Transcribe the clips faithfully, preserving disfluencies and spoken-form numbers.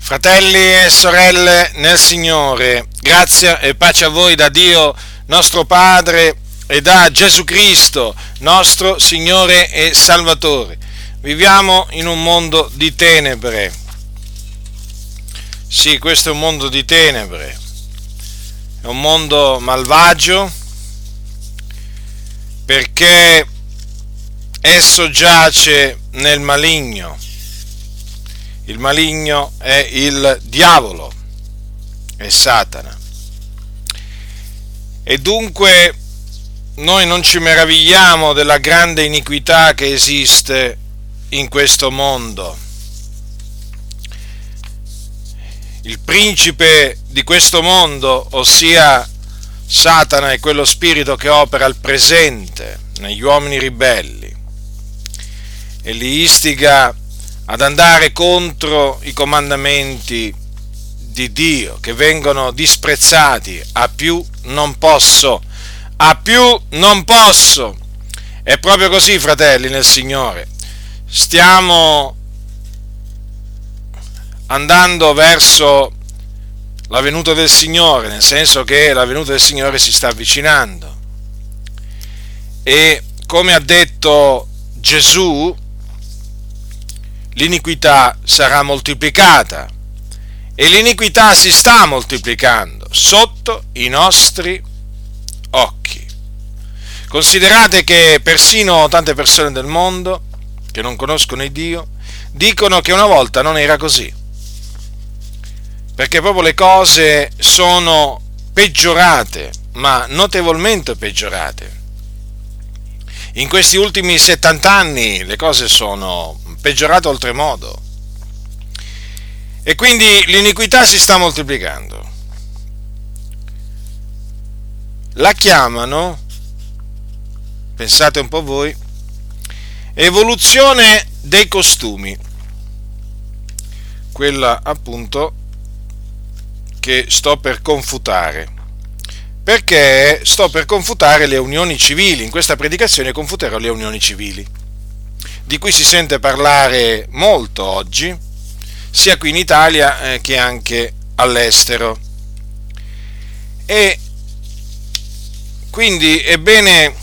Fratelli e sorelle nel Signore, grazia e pace a voi da Dio nostro Padre e da Gesù Cristo, nostro Signore e Salvatore. Viviamo in un mondo di tenebre. Sì, questo è un mondo di tenebre. È un mondo malvagio perché esso giace nel maligno. Il maligno è il diavolo, è Satana. E dunque noi non ci meravigliamo della grande iniquità che esiste in questo mondo. Il principe di questo mondo, ossia Satana, è quello spirito che opera al presente negli uomini ribelli e li istiga ad andare contro i comandamenti di Dio, che vengono disprezzati a più non posso, a più non posso. È proprio così, fratelli nel Signore. Stiamo andando verso la venuta del Signore, nel senso che la venuta del Signore si sta avvicinando. E come ha detto Gesù, l'iniquità sarà moltiplicata e l'iniquità si sta moltiplicando sotto i nostri occhi. Considerate che persino tante persone del mondo che non conoscono il Dio dicono che una volta non era così, perché proprio le cose sono peggiorate, ma notevolmente peggiorate. In questi ultimi settanta anni le cose sono peggiorate oltremodo e quindi l'iniquità si sta moltiplicando. La chiamano, pensate un po' voi, evoluzione dei costumi, quella appunto che sto per confutare. Perché sto per confutare le unioni civili. In questa predicazione confuterò le unioni civili, di cui si sente parlare molto oggi, sia qui in Italia eh, che anche all'estero. E quindi è bene,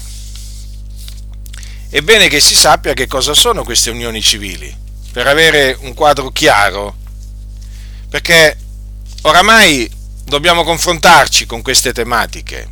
è bene che si sappia che cosa sono queste unioni civili, per avere un quadro chiaro, perché oramai dobbiamo confrontarci con queste tematiche,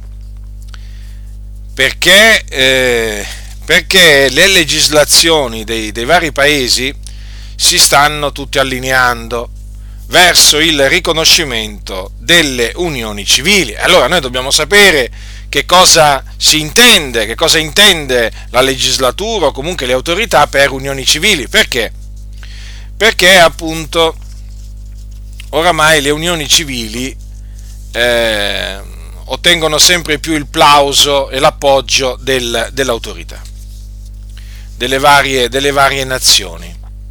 perché, eh, perché le legislazioni dei, dei vari paesi si stanno tutti allineando verso il riconoscimento delle unioni civili. Allora noi dobbiamo sapere che cosa si intende, che cosa intende la legislatura o comunque le autorità per unioni civili. Perché? Perché appunto oramai le unioni civili Eh, ottengono sempre più il plauso e l'appoggio del, dell'autorità delle varie, delle varie nazioni.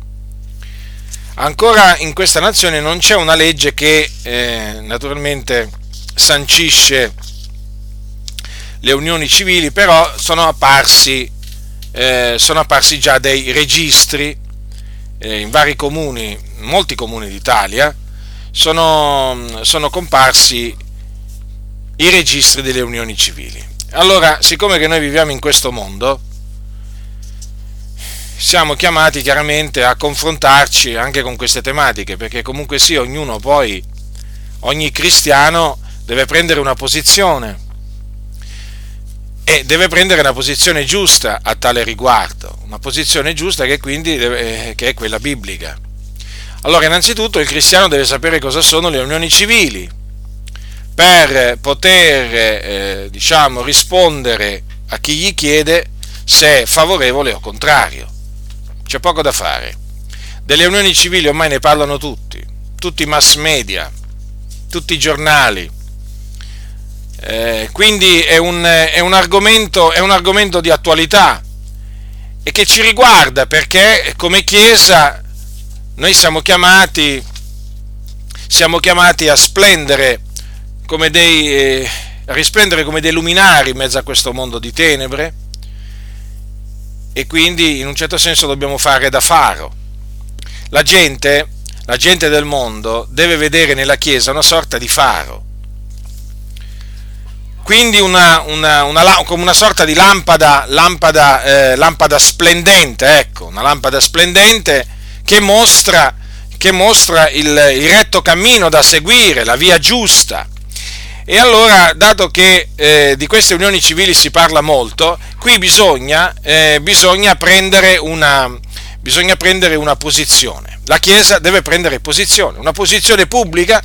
Ancora in questa nazione non c'è una legge che eh, naturalmente sancisce le unioni civili, però sono apparsi, eh, sono apparsi già dei registri eh, in vari comuni, molti comuni d'Italia. Sono, sono comparsi i registri delle unioni civili. Allora, siccome che noi viviamo in questo mondo, siamo chiamati chiaramente a confrontarci anche con queste tematiche, perché comunque sì, ognuno poi, ogni cristiano deve prendere una posizione e deve prendere una posizione giusta a tale riguardo, una posizione giusta che quindi deve, che è quella biblica. Allora, innanzitutto il cristiano deve sapere cosa sono le unioni civili per poter, eh, diciamo, rispondere a chi gli chiede se è favorevole o contrario. C'è poco da fare. Delle unioni civili ormai ne parlano tutti, tutti i mass media, tutti i giornali. Eh, quindi è un, è un argomento, è un argomento di attualità e che ci riguarda, perché come Chiesa noi siamo chiamati, siamo chiamati a splendere come dei, eh, a risplendere come dei luminari in mezzo a questo mondo di tenebre, e quindi in un certo senso dobbiamo fare da faro. La gente, la gente del mondo deve vedere nella Chiesa una sorta di faro. Quindi una, una, una, come una sorta di lampada, lampada, eh, lampada splendente, ecco, una lampada splendente che mostra, che mostra il, il retto cammino da seguire, la via giusta. E allora, dato che eh, di queste unioni civili si parla molto, qui bisogna, eh, bisogna, prendere una, bisogna prendere una posizione. La Chiesa deve prendere posizione, una posizione pubblica.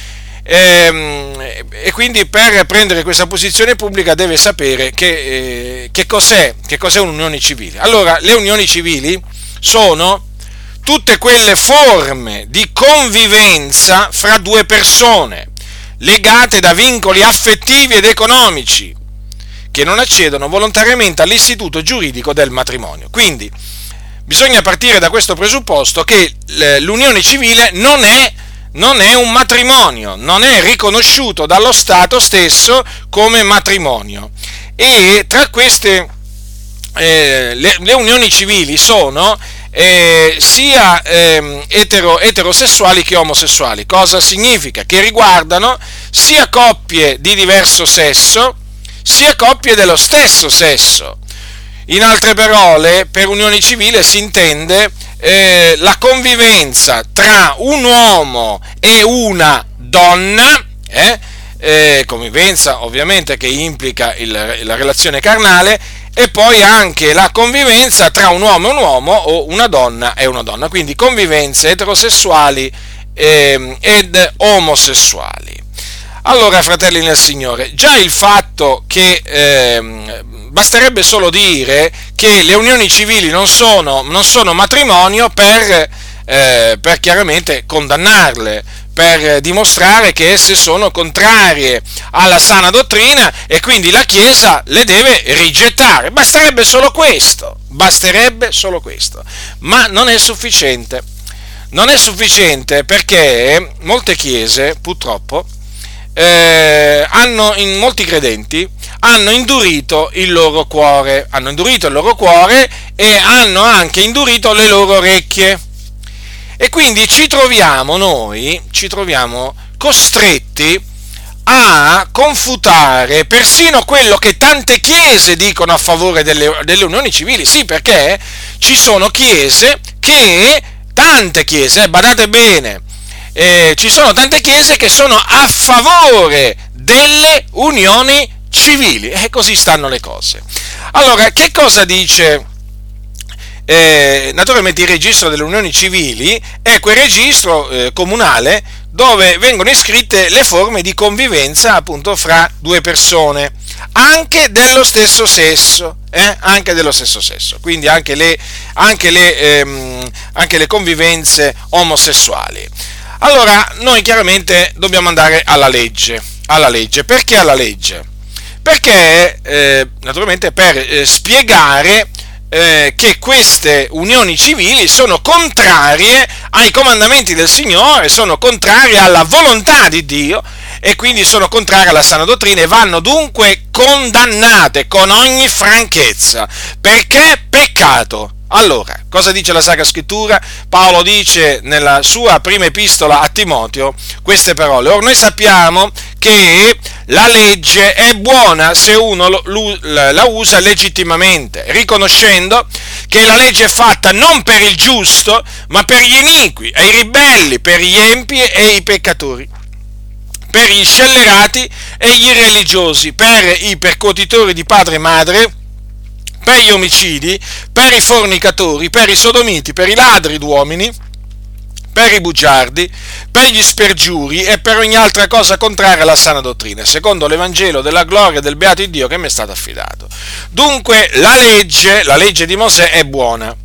E quindi per prendere questa posizione pubblica deve sapere che, eh, che cos'è, che cos'è un'unione civile. Allora, le unioni civili sono tutte quelle forme di convivenza fra due persone legate da vincoli affettivi ed economici che non accedono volontariamente all'istituto giuridico del matrimonio. Quindi bisogna partire da questo presupposto che l'unione civile non è non è un matrimonio, non è riconosciuto dallo Stato stesso come matrimonio. E tra queste eh, le, le unioni civili sono eh, sia eh, etero, eterosessuali che omosessuali. Cosa significa? Che riguardano sia coppie di diverso sesso, sia coppie dello stesso sesso. In altre parole, per unione civile si intende eh, la convivenza tra un uomo e una donna, eh, eh, convivenza ovviamente che implica il, la relazione carnale, e poi anche la convivenza tra un uomo e un uomo o una donna e una donna, quindi convivenze eterosessuali eh, ed omosessuali. Allora, fratelli nel Signore, già il fatto che eh, basterebbe solo dire che le unioni civili non sono, non sono matrimonio per, eh, per chiaramente condannarle, per dimostrare che esse sono contrarie alla sana dottrina e quindi la Chiesa le deve rigettare. Basterebbe solo questo, basterebbe solo questo, ma non è sufficiente. Non è sufficiente perché molte chiese, purtroppo, Eh, hanno, in molti credenti hanno indurito il loro cuore, hanno indurito il loro cuore e hanno anche indurito le loro orecchie, e quindi ci troviamo noi, ci troviamo costretti a confutare persino quello che tante chiese dicono a favore delle, delle unioni civili. Sì, perché ci sono chiese che, tante chiese, eh, badate bene, Eh, ci sono tante chiese che sono a favore delle unioni civili, e così stanno le cose. Allora, che cosa dice? Eh, naturalmente il registro delle unioni civili è quel registro eh, comunale dove vengono iscritte le forme di convivenza appunto fra due persone, anche dello stesso sesso, eh? anche dello stesso sesso, quindi anche le, anche le, ehm, anche le convivenze omosessuali. Allora, noi chiaramente dobbiamo andare alla legge. Alla legge. Perché alla legge? Perché, eh, naturalmente, per eh, spiegare eh, che queste unioni civili sono contrarie ai comandamenti del Signore, sono contrarie alla volontà di Dio e quindi sono contrarie alla sana dottrina e vanno dunque condannate con ogni franchezza, perché peccato. Allora, cosa dice la Sacra Scrittura? Paolo dice nella sua prima epistola a Timoteo queste parole: or noi sappiamo che la legge è buona se uno la usa legittimamente, riconoscendo che la legge è fatta non per il giusto, ma per gli iniqui, e i ribelli, per gli empi e i peccatori, per gli scellerati e gli irreligiosi, per i percuotitori di padre e madre, per gli omicidi, per i fornicatori, per i sodomiti, per i ladri d'uomini, per i bugiardi, per gli spergiuri e per ogni altra cosa contraria alla sana dottrina, secondo l'Evangelo della gloria del beato Dio che mi è stato affidato. Dunque la legge, la legge di Mosè è buona,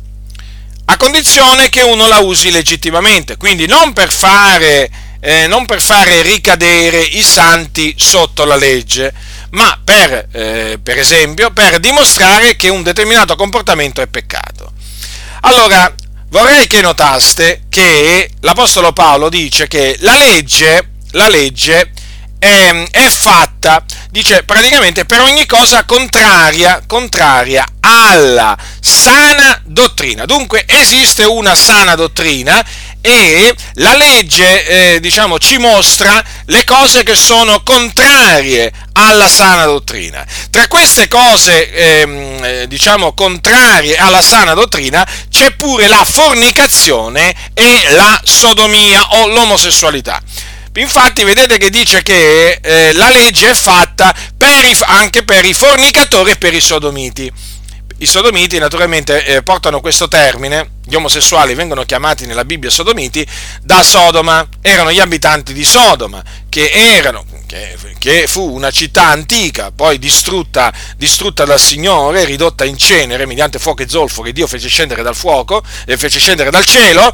a condizione che uno la usi legittimamente, quindi non per fare, eh, non per fare ricadere i santi sotto la legge, ma per, eh, per esempio, per dimostrare che un determinato comportamento è peccato. Allora, vorrei che notaste che l'Apostolo Paolo dice che la legge, la legge è, è fatta, dice praticamente per ogni cosa contraria, contraria alla sana dottrina. Dunque esiste una sana dottrina e la legge, eh, diciamo, ci mostra le cose che sono contrarie alla sana dottrina. Tra queste cose, ehm, eh, diciamo, contrarie alla sana dottrina, c'è pure la fornicazione e la sodomia o l'omosessualità. Infatti vedete che dice che eh, la legge è fatta per i, anche per i fornicatori e per i sodomiti. I sodomiti naturalmente eh, portano questo termine, gli omosessuali vengono chiamati nella Bibbia sodomiti da Sodoma, erano gli abitanti di Sodoma, che erano, che, che fu una città antica, poi distrutta, distrutta dal Signore, ridotta in cenere mediante fuoco e zolfo che Dio fece scendere dal fuoco, e fece scendere dal cielo.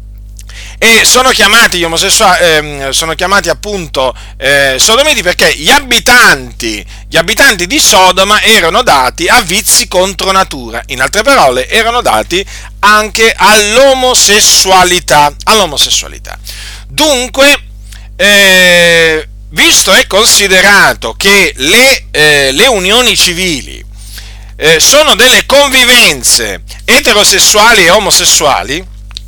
E sono chiamati gli omosessuali, eh, sono chiamati appunto eh, sodomiti perché gli abitanti, gli abitanti di Sodoma erano dati a vizi contro natura, in altre parole erano dati anche all'omosessualità, all'omosessualità. Dunque, eh, visto e considerato che le, eh, le unioni civili eh, sono delle convivenze eterosessuali e omosessuali,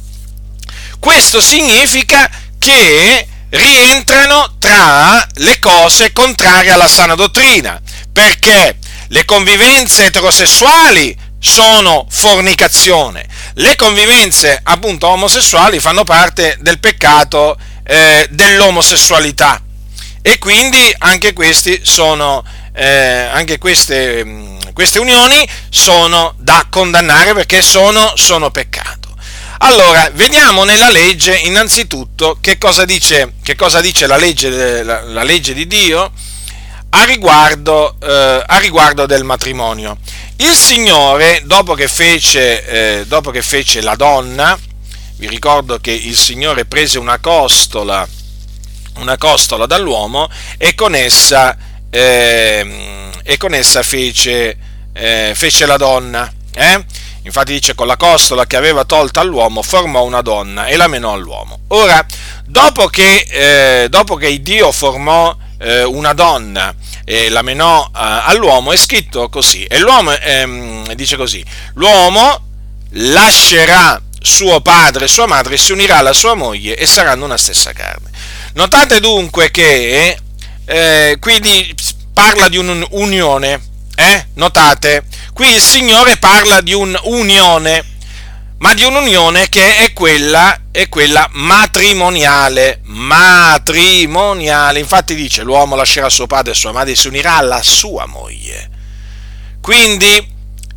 questo significa che rientrano tra le cose contrarie alla sana dottrina, perché le convivenze eterosessuali sono fornicazione, le convivenze appunto omosessuali fanno parte del peccato eh, dell'omosessualità, e quindi anche questi sono eh, anche queste, queste unioni sono da condannare perché sono, sono peccato. Allora, vediamo nella legge innanzitutto che cosa dice, che cosa dice la, legge, la, la legge di Dio a riguardo, eh, a riguardo del matrimonio. Il Signore, dopo che fece, eh, dopo che fece la donna, vi ricordo che il Signore prese una costola, una costola dall'uomo e con essa, eh, e con essa fece, eh, fece la donna, eh? Infatti dice, con la costola che aveva tolta all'uomo formò una donna e la menò all'uomo. Ora, dopo che, eh, dopo che Dio formò eh, una donna e la menò eh, all'uomo, è scritto così, e l'uomo ehm, dice così: l'uomo lascerà suo padre e sua madre, si unirà alla sua moglie e saranno una stessa carne. Notate dunque che eh, quindi parla di un'unione, eh? Notate, qui il Signore parla di un'unione, ma di un'unione che è quella, è quella matrimoniale, matrimoniale. Infatti dice, l'uomo lascerà suo padre e sua madre e si unirà alla sua moglie. Quindi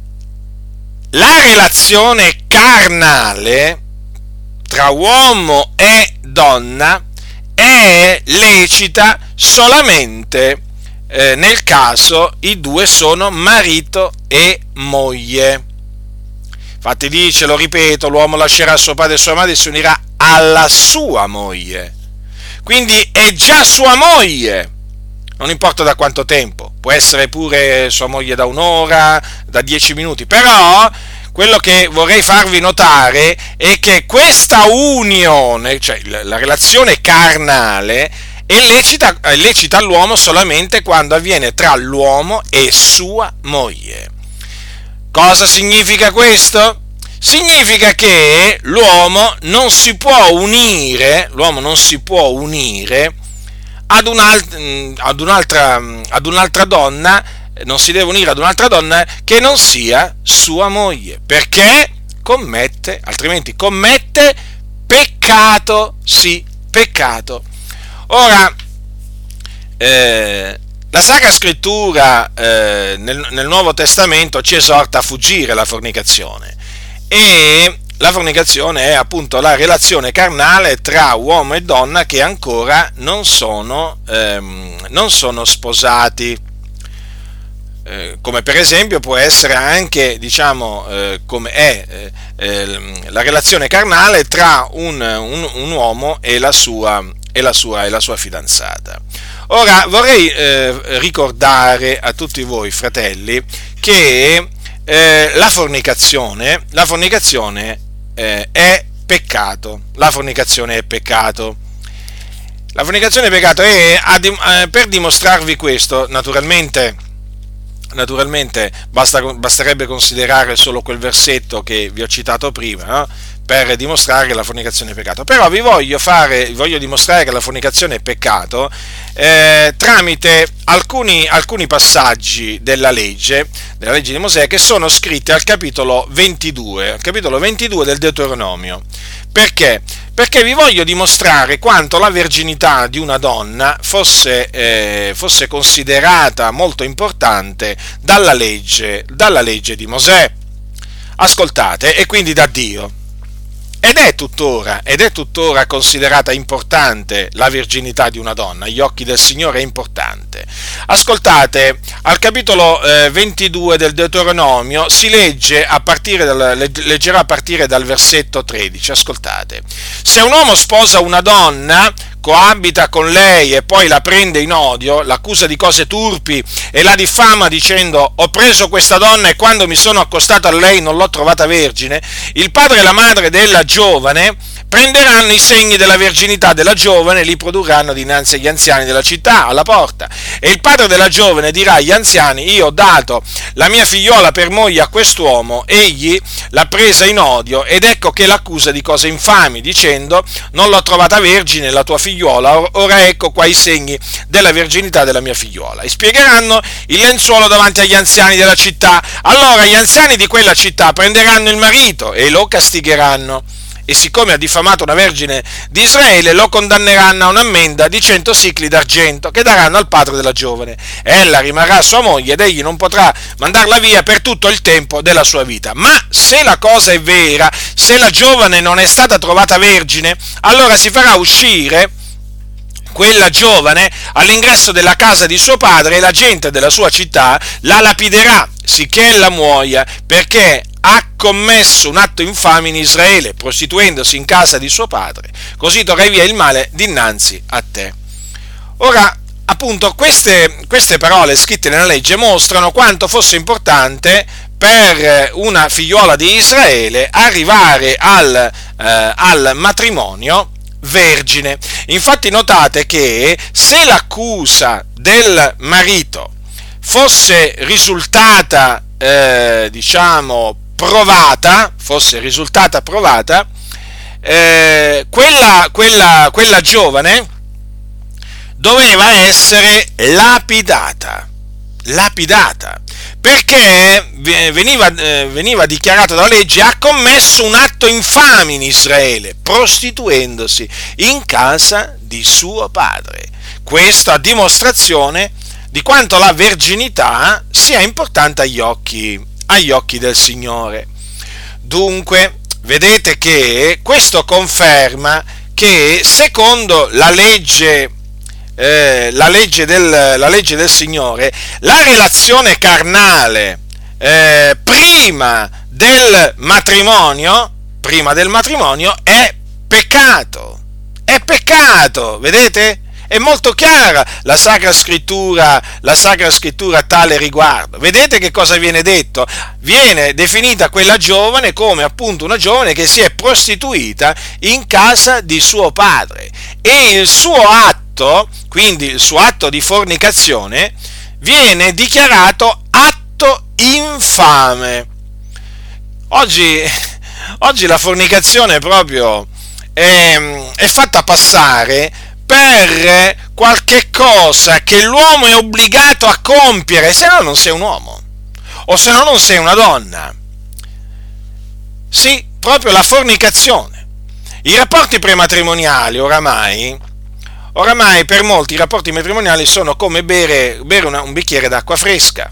la relazione carnale tra uomo e donna è lecita solamente Eh, nel caso i due sono marito e moglie. Infatti dice, lo ripeto, l'uomo lascerà suo padre e sua madre e si unirà alla sua moglie. Quindi è già sua moglie, non importa da quanto tempo, può essere pure sua moglie da un'ora, da dieci minuti, però quello che vorrei farvi notare è che questa unione, cioè la relazione carnale, è lecita, è lecita all'uomo solamente quando avviene tra l'uomo e sua moglie. Cosa significa questo? Significa che l'uomo non si può unire, l'uomo non si può unire ad, un'alt- ad, un'altra, ad un'altra donna, non si deve unire ad un'altra donna che non sia sua moglie, perché commette, altrimenti commette peccato, sì, peccato. Ora, eh, la Sacra Scrittura eh, nel, nel Nuovo Testamento ci esorta a fuggire la fornicazione, e la fornicazione è appunto la relazione carnale tra uomo e donna che ancora non sono, ehm, non sono sposati, eh, come per esempio può essere anche, diciamo, eh, come è eh, eh, la relazione carnale tra un, un, un uomo e la sua e la sua, e la sua fidanzata. Ora vorrei eh, ricordare a tutti voi, fratelli, che eh, la fornicazione, la fornicazione eh, è peccato. La fornicazione è peccato. La fornicazione è peccato, e eh, per dimostrarvi questo, naturalmente, naturalmente basta, basterebbe considerare solo quel versetto che vi ho citato prima, no? per dimostrare che la fornicazione è peccato. Però vi voglio fare, vi voglio dimostrare che la fornicazione è peccato eh, tramite alcuni, alcuni passaggi della legge, della legge di Mosè, che sono scritti al capitolo ventidue, al capitolo ventidue del Deuteronomio. Perché? Perché vi voglio dimostrare quanto la verginità di una donna fosse, eh, fosse considerata molto importante dalla legge, dalla legge di Mosè. Ascoltate, e quindi da Dio. Ed è tuttora, ed è tuttora considerata importante la verginità di una donna, agli occhi del Signore è importante. Ascoltate, al capitolo eh, ventidue del Deuteronomio si legge a partire dal, leggerà a partire dal versetto tredici, ascoltate. Se un uomo sposa una donna, coabita con lei e poi la prende in odio, l'accusa di cose turpi e la diffama dicendo: ho preso questa donna e quando mi sono accostato a lei non l'ho trovata vergine, il padre e la madre della giovane prenderanno i segni della verginità della giovane e li produrranno dinanzi agli anziani della città, alla porta. E il padre della giovane dirà agli anziani: io ho dato la mia figliola per moglie a quest'uomo, egli l'ha presa in odio, ed ecco che l'accusa di cose infami, dicendo: non l'ho trovata vergine la tua figliuola, ora ecco qua i segni della verginità della mia figliuola. E spiegheranno il lenzuolo davanti agli anziani della città. Allora gli anziani di quella città prenderanno il marito e lo castigheranno. E siccome ha diffamato una vergine di Israele, lo condanneranno a un'ammenda di cento sicli d'argento che daranno al padre della giovane. Ella rimarrà sua moglie ed egli non potrà mandarla via per tutto il tempo della sua vita. Ma se la cosa è vera, se la giovane non è stata trovata vergine, allora si farà uscire quella giovane all'ingresso della casa di suo padre e la gente della sua città la lapiderà, sicché ella muoia, perché ha commesso un atto infame in Israele, prostituendosi in casa di suo padre, così torrai via il male dinanzi a te. Ora, appunto, queste, queste parole scritte nella legge mostrano quanto fosse importante per una figliuola di Israele arrivare al, eh, al matrimonio vergine. Infatti notate che se l'accusa del marito fosse risultata, eh, diciamo, provata, fosse risultata provata, eh, quella, quella, quella giovane doveva essere lapidata, lapidata, perché veniva, eh, veniva dichiarato dalla legge: ha commesso un atto infame in Israele, prostituendosi in casa di suo padre. Questo a dimostrazione di quanto la verginità sia importante agli occhi, agli occhi del Signore. Dunque, vedete che questo conferma che secondo la legge Eh, la, legge del, la legge del Signore, la relazione carnale eh, prima del matrimonio, prima del matrimonio è peccato, è peccato, vedete? È molto chiara la Sacra Scrittura, la Sacra Scrittura a tale riguardo. Vedete che cosa viene detto? Viene definita quella giovane come appunto una giovane che si è prostituita in casa di suo padre, e il suo atto, quindi il suo atto di fornicazione, viene dichiarato atto infame. Oggi, oggi la fornicazione proprio è, è fatta passare per qualche cosa che l'uomo è obbligato a compiere, se no non sei un uomo, o se no non sei una donna. Sì, proprio la fornicazione. I rapporti prematrimoniali oramai, oramai per molti i rapporti matrimoniali sono come bere, bere una, un bicchiere d'acqua fresca,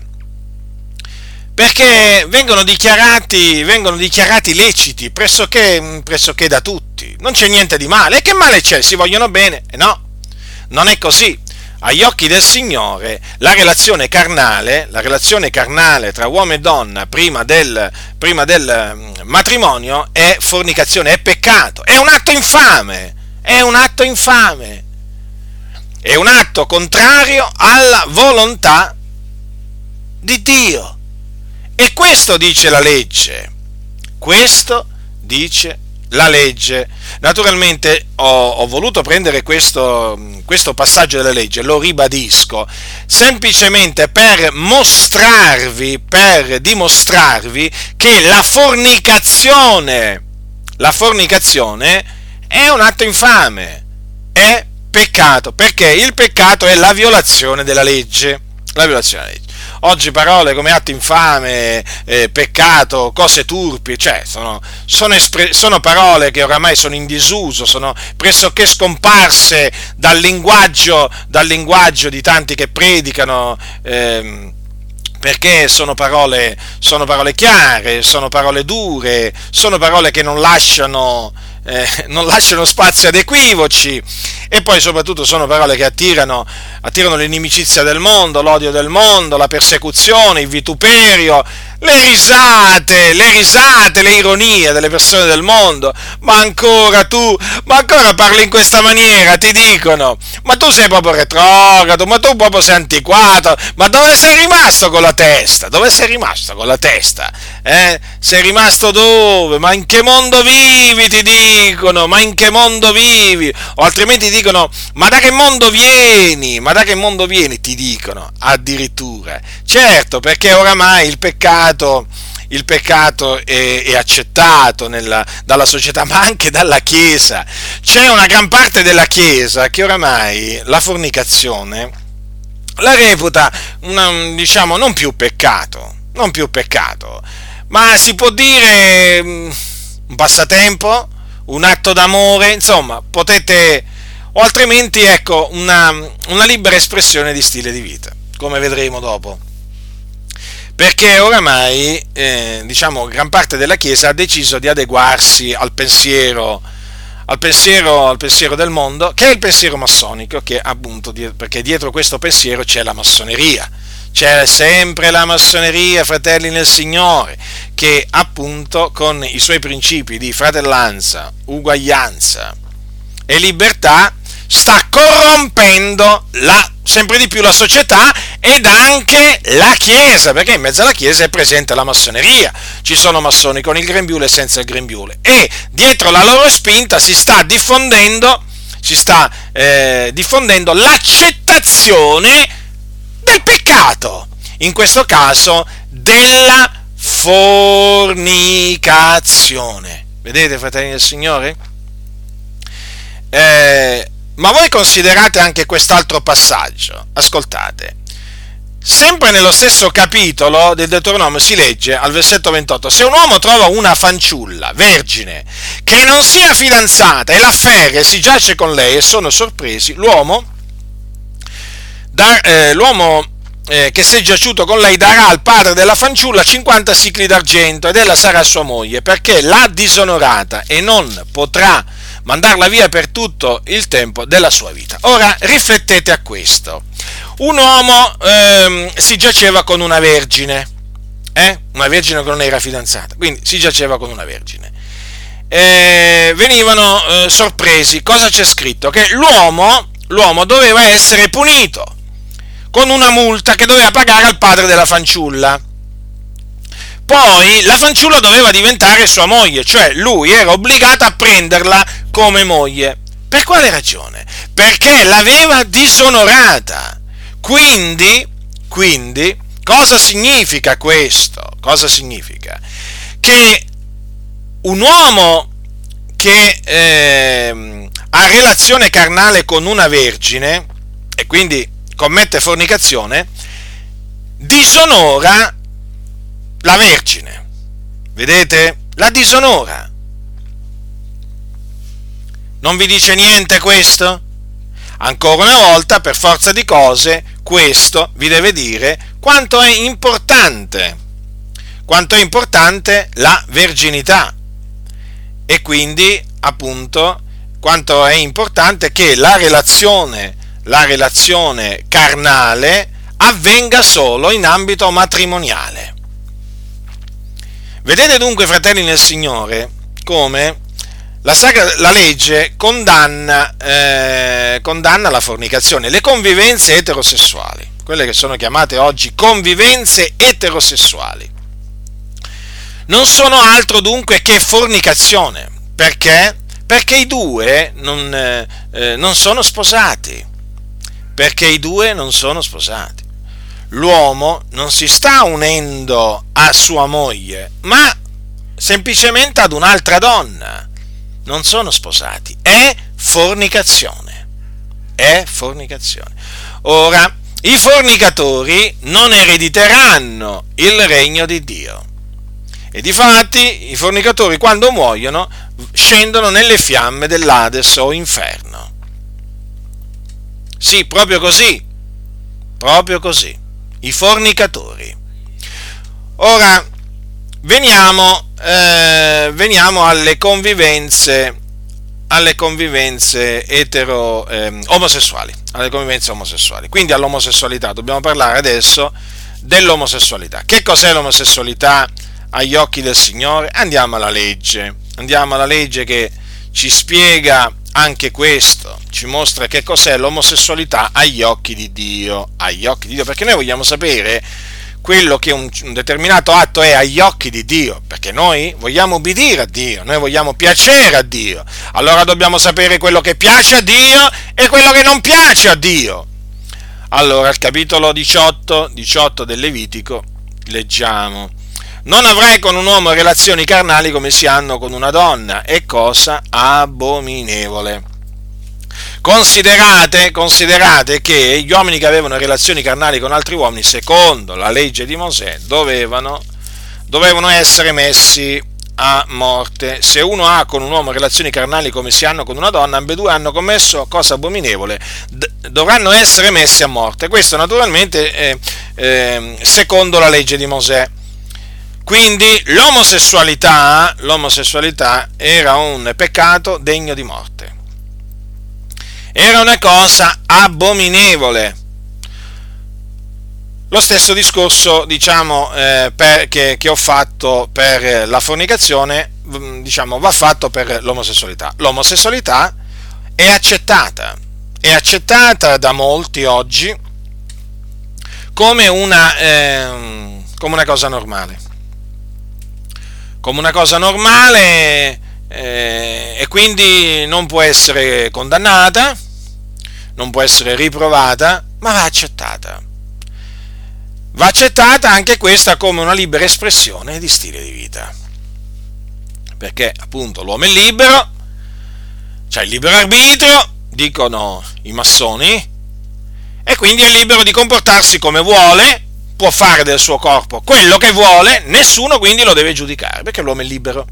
perché vengono dichiarati, vengono dichiarati leciti pressoché, pressoché da tutti. Non c'è niente di male. E che male c'è? Si vogliono bene? E no, non è così. Agli occhi del Signore la relazione carnale, la relazione carnale tra uomo e donna prima del, prima del matrimonio è fornicazione, è peccato, è un atto infame, è un atto infame, è un atto contrario alla volontà di Dio. E questo dice la legge, questo dice la legge. Naturalmente ho, ho voluto prendere questo, questo passaggio della legge, lo ribadisco, semplicemente per mostrarvi, per dimostrarvi che la fornicazione, la fornicazione è un atto infame, è peccato, perché il peccato è la violazione della legge, la violazione della legge. Oggi parole come atto infame, eh, peccato, cose turpi, cioè sono, sono, espre- sono parole che oramai sono in disuso, sono pressoché scomparse dal linguaggio, dal linguaggio di tanti che predicano, ehm, perché sono parole, sono parole chiare, sono parole dure, sono parole che non lasciano, eh, non lasciano spazio ad equivoci, e poi soprattutto sono parole che attirano, attirano l'inimicizia del mondo, l'odio del mondo, la persecuzione, il vituperio, le risate, le risate, le ironie delle persone del mondo. Ma ancora tu, ma ancora parli in questa maniera, ti dicono, ma tu sei proprio retrogrado, ma tu proprio sei antiquato, ma dove sei rimasto con la testa? Dove sei rimasto con la testa? Eh? Sei rimasto dove? Ma in che mondo vivi, ti dicono, ma in che mondo vivi? O altrimenti dicono, ma da che mondo vieni? Ma da che mondo vieni? Ti dicono, addirittura. Certo, perché oramai il peccato, il peccato è, è accettato nella, dalla società, ma anche dalla Chiesa. C'è una gran parte della Chiesa che oramai la fornicazione la reputa, una, diciamo, non più peccato, non più peccato, ma si può dire un passatempo, un atto d'amore, insomma, potete, o altrimenti, ecco, una, una libera espressione di stile di vita, come vedremo dopo. Perché oramai, eh, diciamo, gran parte della Chiesa ha deciso di adeguarsi al pensiero, al pensiero, al pensiero del mondo, che è il pensiero massonico, che appunto, perché dietro questo pensiero c'è la massoneria. C'è sempre la massoneria, fratelli nel Signore, che appunto con i suoi principi di fratellanza, uguaglianza e libertà sta corrompendo la, sempre di più la società ed anche la Chiesa, perché in mezzo alla Chiesa è presente la massoneria. Ci sono massoni con il grembiule e senza il grembiule, e dietro la loro spinta si sta diffondendo, si sta eh, diffondendo l'accettazione del peccato, in questo caso della fornicazione. Vedete, fratelli del Signore? Eh, ma voi considerate anche quest'altro passaggio. Ascoltate. Sempre nello stesso capitolo del Deuteronomio si legge al versetto ventotto: se un uomo trova una fanciulla vergine che non sia fidanzata e l'afferra e si giace con lei e sono sorpresi, l'uomo Da, eh, l'uomo eh, che si è giaciuto con lei darà al padre della fanciulla cinquanta sicli d'argento ed ella sarà sua moglie, perché l'ha disonorata e non potrà mandarla via per tutto il tempo della sua vita. Ora riflettete a questo. Un uomo ehm, si giaceva con una vergine, eh? una vergine che non era fidanzata, quindi si giaceva con una vergine. Eh, venivano eh, sorpresi. Cosa c'è scritto? Che l'uomo, l'uomo doveva essere punito con una multa che doveva pagare al padre della fanciulla. Poi la fanciulla doveva diventare sua moglie, cioè lui era obbligato a prenderla come moglie. Per quale ragione? Perché l'aveva disonorata. Quindi, quindi, cosa significa questo? Cosa significa? Che un uomo che eh, ha relazione carnale con una vergine e quindi commette fornicazione, disonora la vergine. Vedete? La disonora. Non vi dice niente questo? Ancora una volta, per forza di cose, questo vi deve dire quanto è importante, quanto è importante la verginità, e quindi, appunto, quanto è importante che la relazione la relazione carnale avvenga solo in ambito matrimoniale. Vedete dunque, fratelli nel Signore, come la, sacra, la legge condanna, eh, condanna la fornicazione, le convivenze eterosessuali, quelle che sono chiamate oggi convivenze eterosessuali. Non sono altro dunque che fornicazione. Perché? Perché i due non, eh, non sono sposati. Perché i due non sono sposati. L'uomo non si sta unendo a sua moglie, ma semplicemente ad un'altra donna, non sono sposati, è fornicazione, è fornicazione. Ora, i fornicatori non erediteranno il regno di Dio. E difatti i fornicatori quando muoiono scendono nelle fiamme dell'Ades o inferno. Sì, proprio così, proprio così, i fornicatori. Ora, veniamo, eh, veniamo alle convivenze, alle convivenze etero, eh, omosessuali, alle convivenze omosessuali. Quindi all'omosessualità, dobbiamo parlare adesso dell'omosessualità. Che cos'è l'omosessualità agli occhi del Signore? Andiamo alla legge, andiamo alla legge che ci spiega anche questo, ci mostra che cos'è l'omosessualità agli occhi di Dio, agli occhi di Dio, perché noi vogliamo sapere quello che un, un determinato atto è agli occhi di Dio, perché noi vogliamo obbedire a Dio, noi vogliamo piacere a Dio, allora dobbiamo sapere quello che piace a Dio e quello che non piace a Dio. Allora, al capitolo diciotto, diciotto del Levitico, leggiamo: non avrai con un uomo relazioni carnali come si hanno con una donna, è cosa abominevole. Considerate, considerate che gli uomini che avevano relazioni carnali con altri uomini, secondo la legge di Mosè, dovevano, dovevano essere messi a morte. Se uno ha con un uomo relazioni carnali come si hanno con una donna, ambedue hanno commesso cosa abominevole, d- dovranno essere messi a morte. Questo naturalmente è, è, secondo la legge di Mosè. Quindi l'omosessualità, l'omosessualità era un peccato degno di morte. Era una cosa abominevole. Lo stesso discorso, diciamo, eh, per, che, che ho fatto per la fornicazione, diciamo, va fatto per l'omosessualità. L'omosessualità è accettata, è accettata da molti oggi come una, eh, come una cosa normale. Come una cosa normale eh, e quindi non può essere condannata, non può essere riprovata, ma va accettata. Va accettata anche questa come una libera espressione di stile di vita. Perché appunto l'uomo è libero, c'ha il libero arbitrio, dicono i massoni, e quindi è libero di comportarsi come vuole, può fare del suo corpo quello che vuole, nessuno quindi lo deve giudicare, perché l'uomo è libero.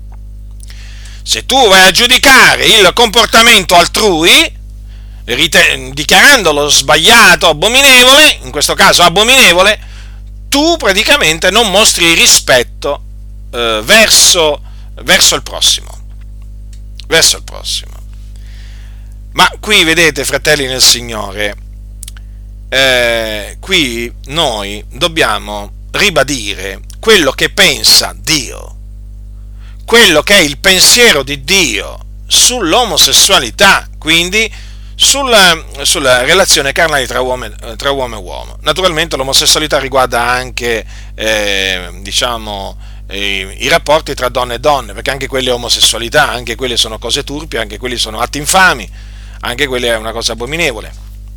Se tu vai a giudicare il comportamento altrui, dichiarandolo sbagliato, abominevole, in questo caso abominevole, tu praticamente non mostri rispetto eh, verso, verso il prossimo, verso il prossimo. Ma qui vedete, fratelli nel Signore, eh, qui noi dobbiamo ribadire quello che pensa Dio, quello che è il pensiero di Dio sull'omosessualità, quindi Sulla, sulla relazione carnale tra uomo, tra uomo e uomo. Naturalmente l'omosessualità riguarda anche eh, diciamo eh, i rapporti tra donne e donne, perché anche quelle è omosessualità, anche quelle sono cose turpi, anche quelli sono atti infami, anche quella è una cosa abominevole.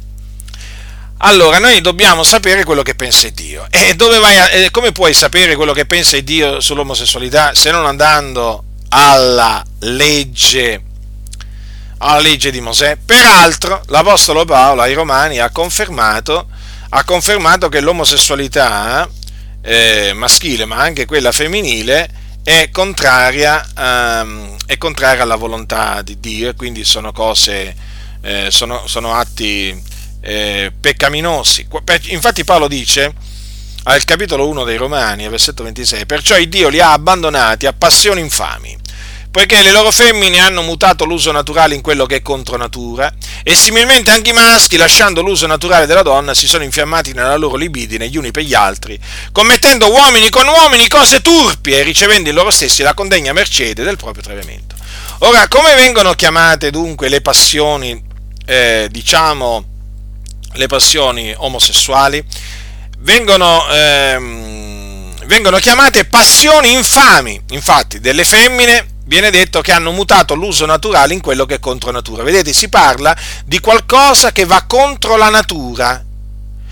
Allora noi dobbiamo sapere quello che pensa Dio. E dove vai a, eh, come puoi sapere quello che pensa Dio sull'omosessualità se non andando alla legge alla legge di Mosè? Peraltro l'Apostolo Paolo ai Romani ha confermato, ha confermato che l'omosessualità eh, maschile, ma anche quella femminile, è contraria, ehm, è contraria alla volontà di Dio, e quindi sono cose, eh, sono, sono atti eh, peccaminosi. Infatti Paolo dice al capitolo uno dei Romani, versetto ventisei: perciò il Dio li ha abbandonati a passioni infami, poiché le loro femmine hanno mutato l'uso naturale in quello che è contro natura, e similmente anche i maschi, lasciando l'uso naturale della donna, si sono infiammati nella loro libidine gli uni per gli altri, commettendo uomini con uomini cose turpie e ricevendo in loro stessi la condegna mercede del proprio tradimento. Ora, come vengono chiamate dunque le passioni, eh, diciamo, le passioni omosessuali? Vengono... Ehm, vengono chiamate passioni infami. Infatti delle femmine viene detto che hanno mutato l'uso naturale in quello che è contro natura. Vedete, si parla di qualcosa che va contro la natura.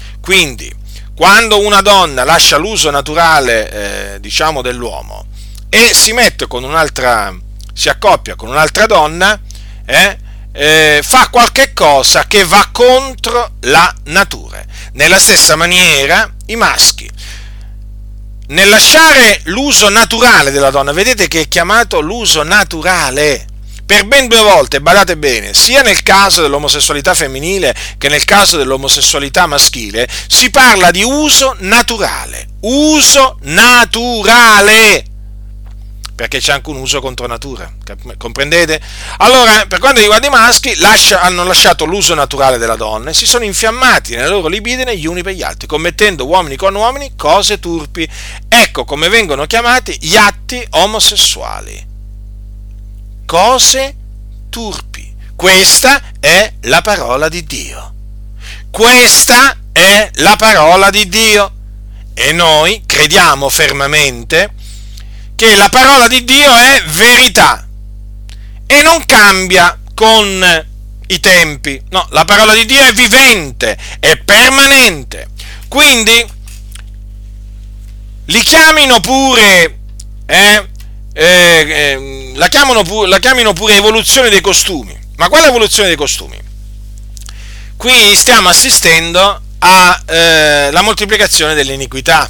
Quindi, quando una donna lascia l'uso naturale, eh, diciamo, dell'uomo e si mette con un'altra, si accoppia con un'altra donna, eh, eh, fa qualche cosa che va contro la natura. Nella stessa maniera i maschi, nel lasciare l'uso naturale della donna, vedete che è chiamato l'uso naturale, per ben due volte, badate bene, sia nel caso dell'omosessualità femminile che nel caso dell'omosessualità maschile, si parla di uso naturale, uso naturale, perché c'è anche un uso contro natura, comprendete? Allora, per quanto riguarda i maschi, lascia, hanno lasciato l'uso naturale della donna e si sono infiammati nelle loro libidine gli uni per gli altri, commettendo uomini con uomini cose turpi. Ecco come vengono chiamati gli atti omosessuali. Cose turpi. Questa è la parola di Dio. Questa è la parola di Dio. E noi crediamo fermamente che la parola di Dio è verità e non cambia con i tempi. No, la parola di Dio è vivente, è permanente. Quindi li chiamino pure eh, eh, eh, la, chiamano pu- la chiamino pure evoluzione dei costumi. Ma quale evoluzione dei costumi? Qui stiamo assistendo alla eh, moltiplicazione dell'iniquità.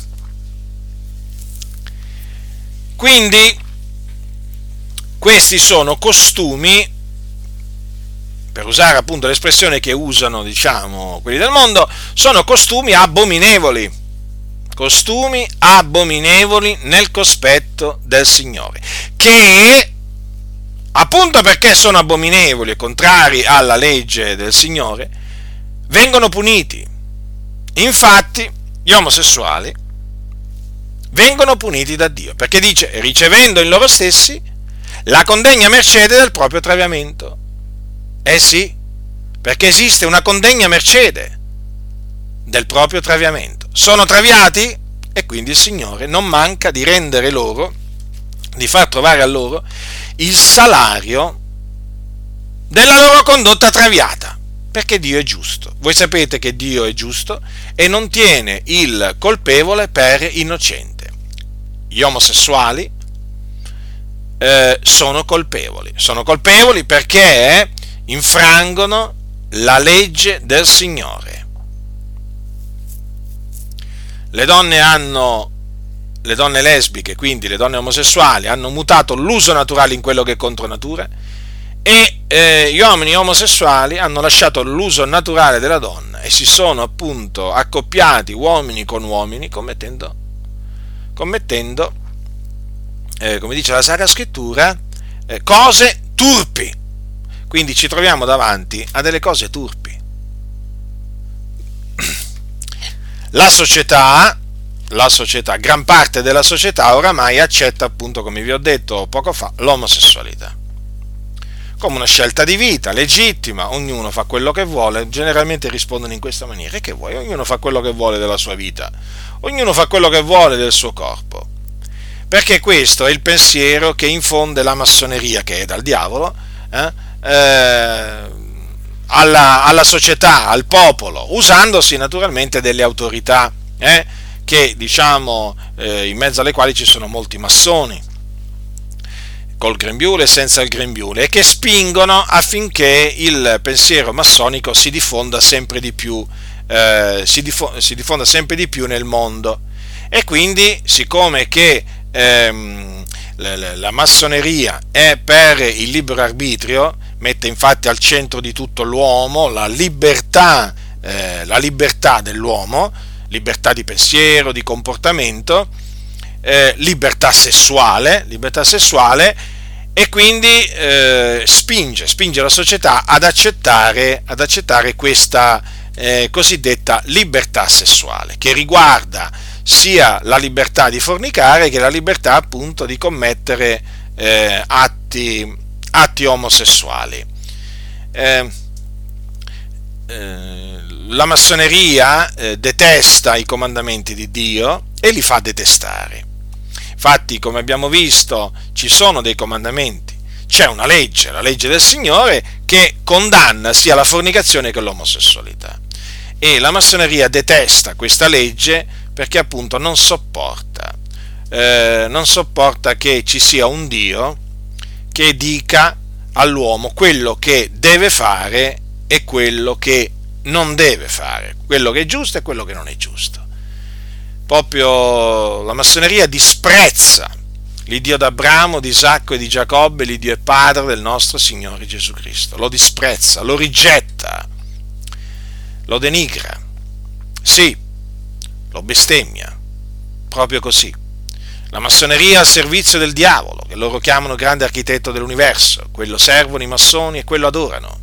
Quindi questi sono costumi, per usare appunto l'espressione che usano, diciamo, quelli del mondo, sono costumi abominevoli. Costumi abominevoli nel cospetto del Signore, che appunto perché sono abominevoli e contrari alla legge del Signore, vengono puniti. Infatti, gli omosessuali vengono puniti da Dio, perché dice, ricevendo in loro stessi la condegna mercede del proprio traviamento. Eh sì, perché esiste una condegna mercede del proprio traviamento. Sono traviati e quindi il Signore non manca di rendere loro, di far trovare a loro il salario della loro condotta traviata, perché Dio è giusto. Voi sapete che Dio è giusto e non tiene il colpevole per innocente. Gli omosessuali eh, sono colpevoli, sono colpevoli perché infrangono la legge del Signore. Le donne hanno, le donne lesbiche, quindi le donne omosessuali, hanno mutato l'uso naturale in quello che è contro natura, e eh, gli uomini omosessuali hanno lasciato l'uso naturale della donna e si sono appunto accoppiati uomini con uomini, commettendo, commettendo eh, come dice la Sacra Scrittura, eh, cose turpi. Quindi ci troviamo davanti a delle cose turpi. La società, la società, gran parte della società oramai accetta, appunto, come vi ho detto poco fa, l'omosessualità come una scelta di vita legittima. Ognuno fa quello che vuole, generalmente rispondono in questa maniera: e che vuoi? Ognuno fa quello che vuole della sua vita, ognuno fa quello che vuole del suo corpo, perché questo è il pensiero che infonde la massoneria, che è dal diavolo, eh, eh, Alla, alla società, al popolo, usandosi naturalmente delle autorità, eh, che diciamo eh, in mezzo alle quali ci sono molti massoni, col grembiule e senza il grembiule, e che spingono affinché il pensiero massonico si diffonda sempre di più, eh, si, diffo- si diffonda sempre di più nel mondo. E quindi, siccome che ehm, la, la massoneria è per il libero arbitrio, mette infatti al centro di tutto l'uomo la libertà, eh, la libertà dell'uomo, libertà di pensiero, di comportamento, eh, libertà sessuale, libertà sessuale, e quindi eh, spinge, spinge la società ad accettare, ad accettare questa eh, cosiddetta libertà sessuale, che riguarda sia la libertà di fornicare che la libertà appunto di commettere eh, atti atti omosessuali. Eh, eh, la massoneria eh, detesta i comandamenti di Dio e li fa detestare. Infatti, come abbiamo visto, ci sono dei comandamenti, c'è una legge, la legge del Signore, che condanna sia la fornicazione che l'omosessualità, e la massoneria detesta questa legge perché appunto non sopporta eh, non sopporta che ci sia un Dio che dica all'uomo quello che deve fare e quello che non deve fare, quello che è giusto e quello che non è giusto. Proprio la massoneria disprezza l'Iddio d'Abramo, di Isacco e di Giacobbe, l'Iddio e Padre del nostro Signore Gesù Cristo. Lo disprezza, lo rigetta, lo denigra, sì, lo bestemmia, proprio così. La massoneria al servizio del diavolo, che loro chiamano grande architetto dell'universo, quello servono i massoni e quello adorano.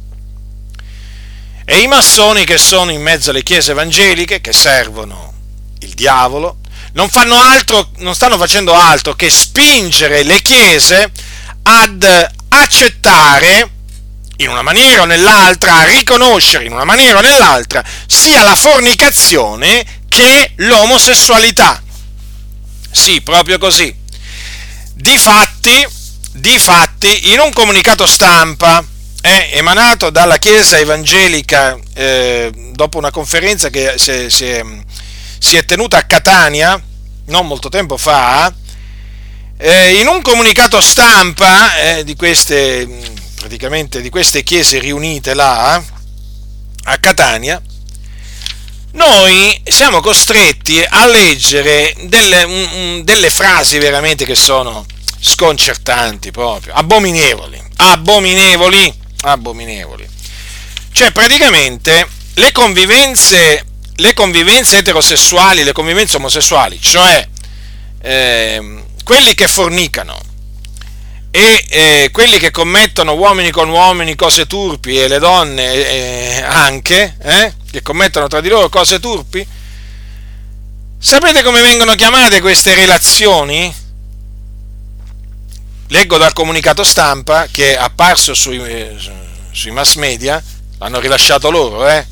E i massoni che sono in mezzo alle chiese evangeliche, che servono il diavolo, non fanno altro, non stanno facendo altro che spingere le chiese ad accettare in una maniera o nell'altra, a riconoscere in una maniera o nell'altra sia la fornicazione che l'omosessualità. Sì, proprio così. Difatti, difatti in un comunicato stampa eh, emanato dalla Chiesa Evangelica eh, dopo una conferenza che si, si, si è tenuta a Catania non molto tempo fa, eh, in un comunicato stampa eh, di queste praticamente di queste chiese riunite là a Catania, noi siamo costretti a leggere delle, um, delle frasi veramente che sono sconcertanti, proprio abominevoli, abominevoli, abominevoli. Cioè praticamente le convivenze, le convivenze eterosessuali, le convivenze omosessuali, cioè eh, quelli che fornicano e eh, quelli che commettono uomini con uomini cose turpi e le donne eh, anche, eh, che commettono tra di loro cose turpi, sapete come vengono chiamate queste relazioni? Leggo dal comunicato stampa che è apparso sui, eh, sui mass media, l'hanno rilasciato loro, eh?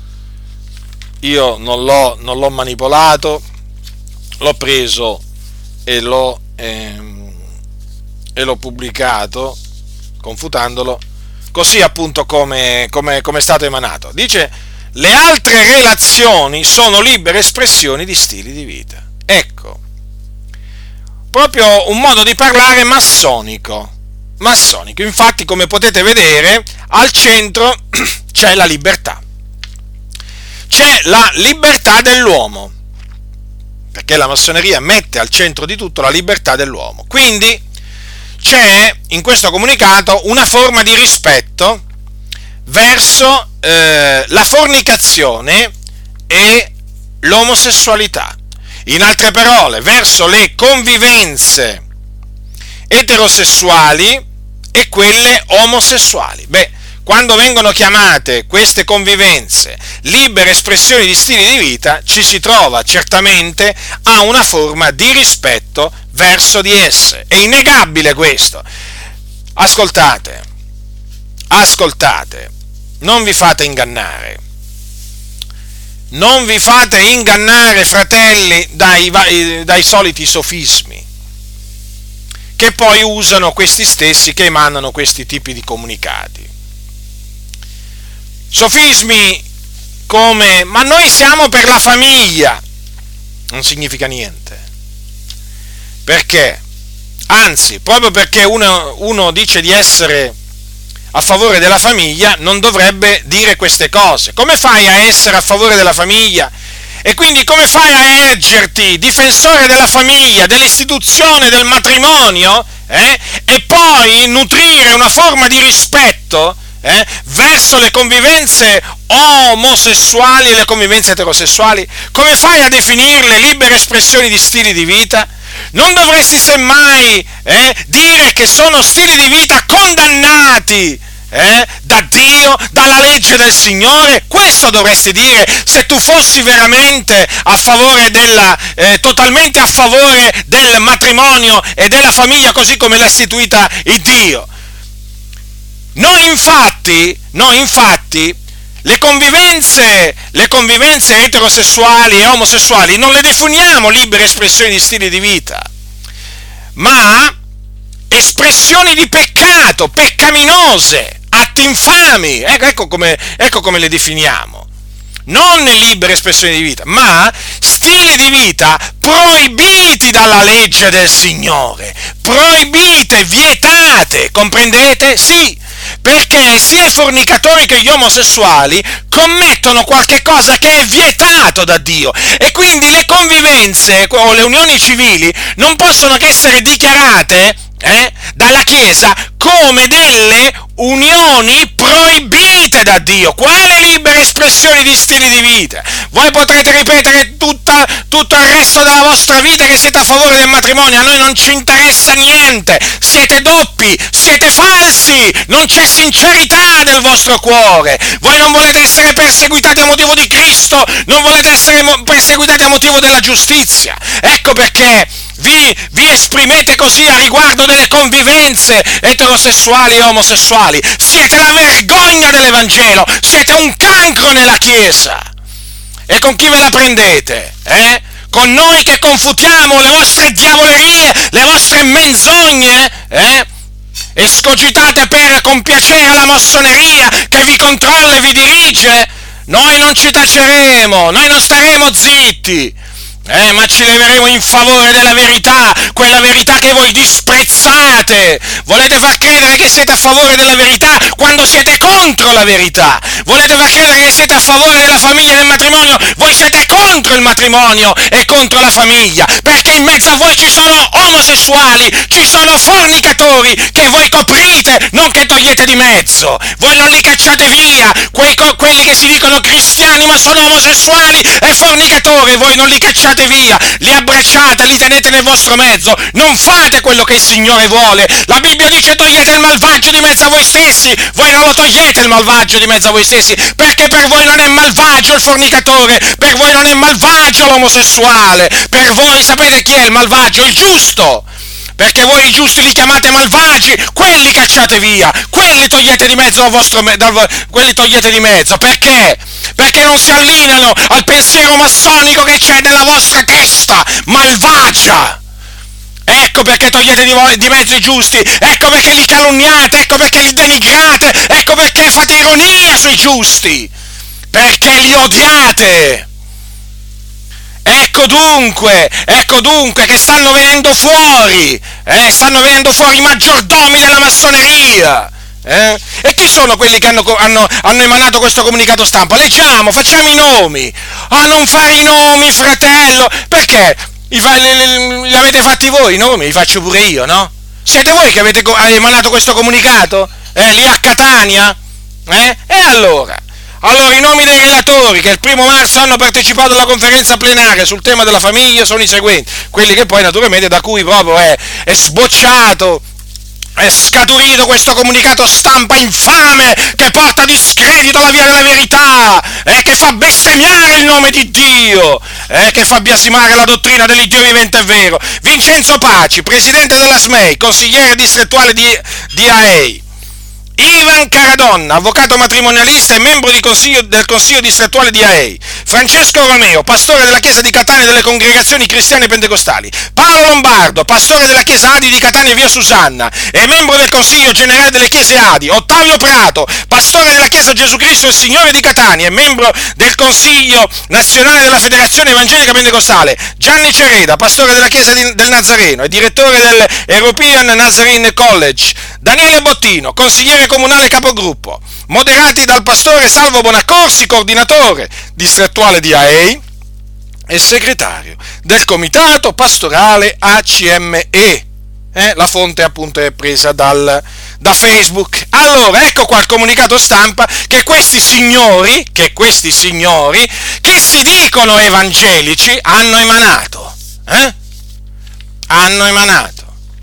Io non l'ho, non l'ho manipolato, l'ho preso e l'ho... Ehm, e l'ho pubblicato confutandolo così appunto come, come, come è stato emanato. Dice: le altre relazioni sono libere espressioni di stili di vita. Ecco, proprio un modo di parlare massonico, massonico. Infatti, come potete vedere, al centro c'è la libertà, c'è la libertà dell'uomo, perché la massoneria mette al centro di tutto la libertà dell'uomo. Quindi c'è in questo comunicato una forma di rispetto verso eh, la fornicazione e l'omosessualità. In altre parole, verso le convivenze eterosessuali e quelle omosessuali. Beh, quando vengono chiamate queste convivenze libere espressioni di stili di vita, ci si trova certamente a una forma di rispetto verso di esse. È innegabile questo. Ascoltate, ascoltate, non vi fate ingannare. Non vi fate ingannare, fratelli, dai, dai soliti sofismi che poi usano questi stessi che emanano questi tipi di comunicati. Sofismi come: ma noi siamo per la famiglia. Non significa niente. Perché? Anzi, proprio perché uno, uno dice di essere a favore della famiglia, non dovrebbe dire queste cose. Come fai a essere a favore della famiglia? E quindi come fai a ergerti difensore della famiglia, dell'istituzione del matrimonio, eh? E poi nutrire una forma di rispetto Eh, verso le convivenze omosessuali e le convivenze eterosessuali? Come fai a definirle libere espressioni di stili di vita? Non dovresti semmai eh, dire che sono stili di vita condannati eh, da Dio, dalla legge del Signore? Questo dovresti dire se tu fossi veramente a favore della, eh, totalmente a favore del matrimonio e della famiglia così come l'ha istituita il Dio. Noi infatti, noi infatti, le convivenze, le convivenze eterosessuali e omosessuali non le definiamo libere espressioni di stili di vita, ma espressioni di peccato, peccaminose, atti infami. Ecco, ecco, come, ecco come le definiamo. Non libere espressioni di vita, ma stili di vita proibiti dalla legge del Signore, proibite, vietate, comprendete? Sì, perché sia i fornicatori che gli omosessuali commettono qualche cosa che è vietato da Dio, e quindi le convivenze o le unioni civili non possono che essere dichiarate eh, dalla Chiesa come delle unioni proibite da Dio. Quale libera espressione di stili di vita? Voi potrete ripetere tutta, tutto il resto della vostra vita che siete a favore del matrimonio, a noi non ci interessa niente, siete doppi, siete falsi, non c'è sincerità nel vostro cuore, voi non volete essere perseguitati a motivo di Cristo, non volete essere perseguitati a motivo della giustizia, ecco perché Vi, vi esprimete così a riguardo delle convivenze eterosessuali e omosessuali. Siete la vergogna dell'Evangelo, siete un cancro nella Chiesa. E con chi ve la prendete? Eh? Con noi che confutiamo le vostre diavolerie, le vostre menzogne? Eh? Escogitate per compiacere la massoneria che vi controlla e vi dirige? Noi non ci taceremo, noi non staremo zitti. Eh, ma ci leveremo in favore della verità, quella verità che voi disprezzate. Volete far credere che siete a favore della verità quando siete contro la verità. Volete far credere che siete a favore della famiglia e del matrimonio, voi siete contro il matrimonio e contro la famiglia, perché in mezzo a voi ci sono omosessuali, ci sono fornicatori che voi coprite, non che togliete di mezzo. Voi non li cacciate via, quei, quelli che si dicono cristiani ma sono omosessuali e fornicatori, voi non li cacciate via, li abbracciate, li tenete nel vostro mezzo, non fate quello che il Signore vuole. La Bibbia dice togliete il malvagio di mezzo a voi stessi, voi non lo togliete il malvagio di mezzo a voi stessi, perché per voi non è malvagio il fornicatore, per voi non è malvagio l'omosessuale, per voi sapete chi è il malvagio? Il giusto! Perché voi i giusti li chiamate malvagi, quelli cacciate via, quelli togliete di mezzo al vostro, dal, quelli togliete di mezzo, perché? Perché non si allineano al pensiero massonico che c'è nella vostra testa, malvagia! Ecco perché togliete di, voi, di mezzo i giusti, ecco perché li calunniate, ecco perché li denigrate, ecco perché fate ironia sui giusti, perché li odiate! Ecco dunque, ecco dunque che stanno venendo fuori, eh, stanno venendo fuori i maggiordomi della massoneria. Eh? E chi sono quelli che hanno, hanno, hanno emanato questo comunicato stampa? Leggiamo, facciamo i nomi. Ah, non fare i nomi, fratello, perché? Li, fa, li, li, li avete fatti voi i nomi? Li faccio pure io, no? Siete voi che avete emanato questo comunicato? Eh, lì a Catania? Eh? E allora? Allora, i nomi dei relatori che il primo marzo hanno partecipato alla conferenza plenaria sul tema della famiglia sono i seguenti, quelli che poi naturalmente da cui proprio è, è sbocciato, è scaturito questo comunicato stampa infame che porta discredito alla via della verità, eh, che fa bestemmiare il nome di Dio, eh, che fa biasimare la dottrina dell'Iddio vivente e vero. Vincenzo Paci, presidente della S M E I, consigliere distrettuale di, di A E I. Ivan Caradonna, avvocato matrimonialista e membro di consiglio, del Consiglio distrettuale di A E I. Francesco Romeo, pastore della Chiesa di Catania e delle congregazioni cristiane pentecostali. Paolo Lombardo, pastore della Chiesa A D I di Catania e via Susanna e membro del Consiglio generale delle Chiese A D I. Ottavio Prato, pastore della Chiesa Gesù Cristo il Signore di Catania e membro del Consiglio nazionale della Federazione Evangelica Pentecostale. Gianni Cereda, pastore della Chiesa di, del Nazareno e direttore del European Nazarene College. Daniele Bottino, consigliere comunale capogruppo, moderati dal pastore Salvo Bonaccorsi, coordinatore distrettuale di A E I e segretario del comitato pastorale A C M E. Eh, la fonte appunto è presa dal, da Facebook. Allora, ecco qua il comunicato stampa che questi signori, che questi signori, che si dicono evangelici, hanno emanato. Eh? Hanno emanato.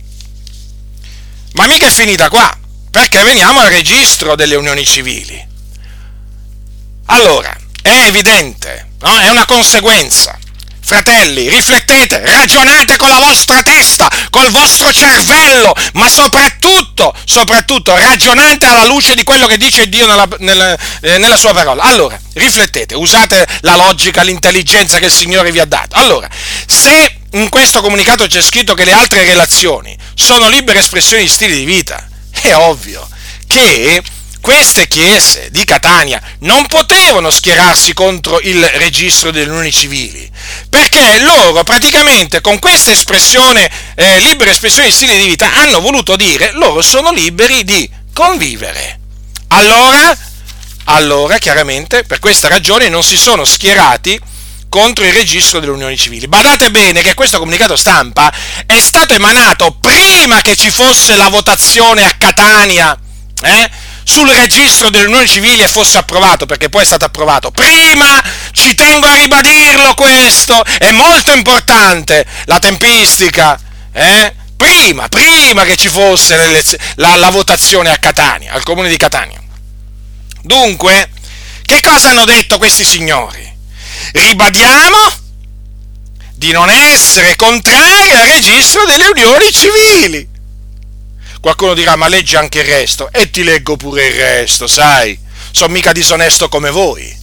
Ma mica è finita qua, perché veniamo al registro delle unioni civili. Allora, è evidente, no? È una conseguenza. Fratelli, riflettete, ragionate con la vostra testa, col vostro cervello, ma soprattutto, soprattutto ragionate alla luce di quello che dice Dio nella, nella, eh, nella sua parola. Allora, riflettete, usate la logica, l'intelligenza che il Signore vi ha dato. Allora, se in questo comunicato c'è scritto che le altre relazioni sono libere espressioni di stili di vita, è ovvio che queste chiese di Catania non potevano schierarsi contro il registro delle unioni civili, perché loro praticamente con questa espressione, eh, libera espressione di stile di vita, hanno voluto dire loro sono liberi di convivere. Allora, allora chiaramente per questa ragione non si sono schierati contro il registro delle unioni civili. Badate bene che questo comunicato stampa è stato emanato prima che ci fosse la votazione a Catania, eh, sul registro delle unioni civili e fosse approvato, perché poi è stato approvato. Prima, ci tengo a ribadirlo questo, è molto importante la tempistica, eh? Prima, prima che ci fosse la, la votazione a Catania, al comune di Catania. Dunque, che cosa hanno detto questi signori? Ribadiamo di non essere contrari al registro delle unioni civili. Qualcuno dirà, ma leggi anche il resto, e ti leggo pure il resto, sai, sono mica disonesto come voi.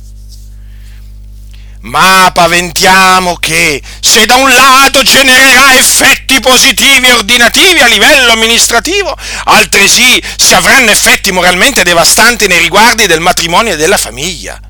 Ma paventiamo che, se da un lato genererà effetti positivi e ordinativi a livello amministrativo, altresì si avranno effetti moralmente devastanti nei riguardi del matrimonio e della famiglia.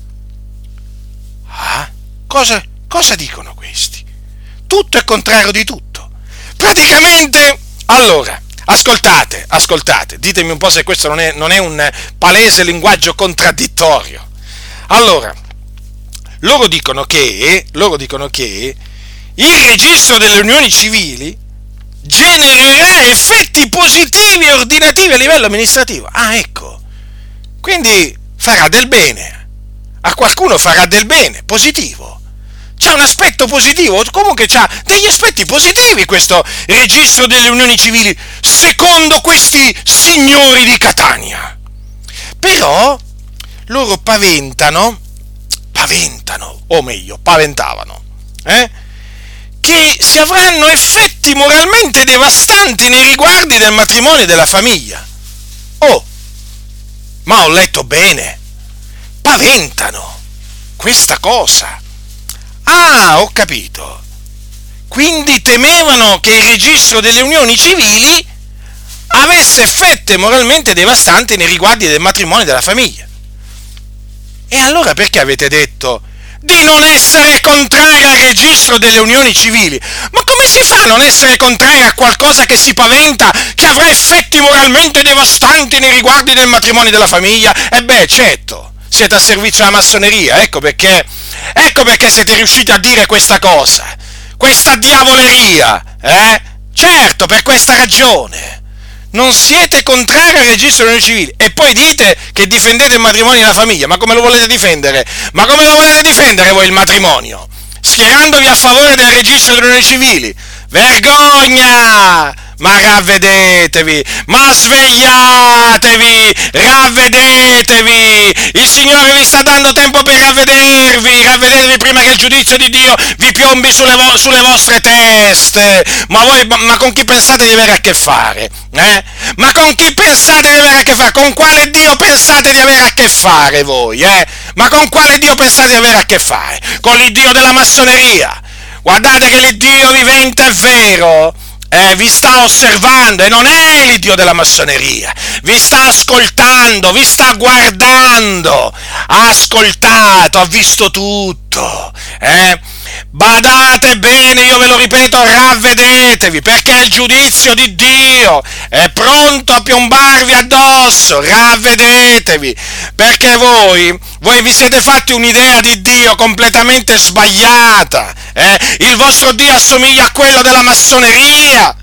Ah? Cosa, cosa dicono questi? Tutto è contrario di tutto. Praticamente, allora, ascoltate, ascoltate, ditemi un po' se questo non è, non è un palese linguaggio contraddittorio. Allora, loro dicono che, loro dicono che il registro delle unioni civili genererà effetti positivi e ordinativi a livello amministrativo. Ah, ecco, quindi farà del bene, a qualcuno farà del bene, positivo. C'è un aspetto positivo, comunque c'ha degli aspetti positivi questo registro delle unioni civili, secondo questi signori di Catania. Però loro paventano, paventano, o meglio, paventavano, eh, che si avranno effetti moralmente devastanti nei riguardi del matrimonio e della famiglia. Oh, ma ho letto bene, paventano questa cosa. Ah, ho capito. Quindi temevano che il registro delle unioni civili avesse effetti moralmente devastanti nei riguardi del matrimonio e della famiglia. E allora perché avete detto di non essere contrari al registro delle unioni civili? Ma come si fa a non essere contrari a qualcosa che si paventa che avrà effetti moralmente devastanti nei riguardi del matrimonio e della famiglia? E beh, certo, siete a servizio della massoneria, ecco perché, ecco perché siete riusciti a dire questa cosa, questa diavoleria, eh? Certo, per questa ragione. Non siete contrari al registro delle unioni civili e poi dite che difendete il matrimonio e la famiglia. Ma come lo volete difendere? Ma come lo volete difendere voi il matrimonio? Schierandovi a favore del registro delle unioni civili? Vergogna! Ma ravvedetevi, ma svegliatevi, ravvedetevi, il Signore vi sta dando tempo per ravvedervi, ravvedetevi prima che il giudizio di Dio vi piombi sulle, vo- sulle vostre teste. Ma voi, ma, ma con chi pensate di avere a che fare? Eh? Ma con chi pensate di avere a che fare? Con quale Dio pensate di avere a che fare voi? Eh? Ma con quale Dio pensate di avere a che fare? Con l'Iddio della massoneria? Guardate che l'Iddio vivente è vero. Eh, vi sta osservando e non è l'Iddio della massoneria, vi sta ascoltando, vi sta guardando, ha ascoltato, ha visto tutto, eh? Badate bene, io ve lo ripeto, ravvedetevi, perché il giudizio di Dio è pronto a piombarvi addosso, ravvedetevi, perché voi, voi vi siete fatti un'idea di Dio completamente sbagliata, eh? Il vostro Dio assomiglia a quello della massoneria.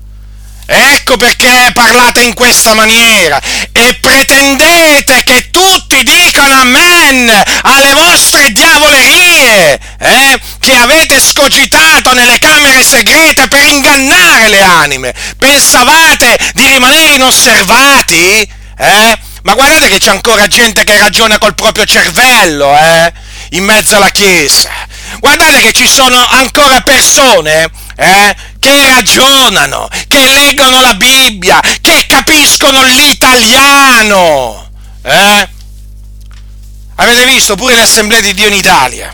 Ecco perché parlate in questa maniera e pretendete che tutti dicano amen alle vostre diavolerie, eh, che avete scogitato nelle camere segrete per ingannare le anime. Pensavate di rimanere inosservati? Eh? Ma guardate che c'è ancora gente che ragiona col proprio cervello, eh, in mezzo alla Chiesa. Guardate che ci sono ancora persone, eh, che ragionano, che leggono la Bibbia, che capiscono l'italiano, eh? Avete visto pure le assemblee di Dio in Italia?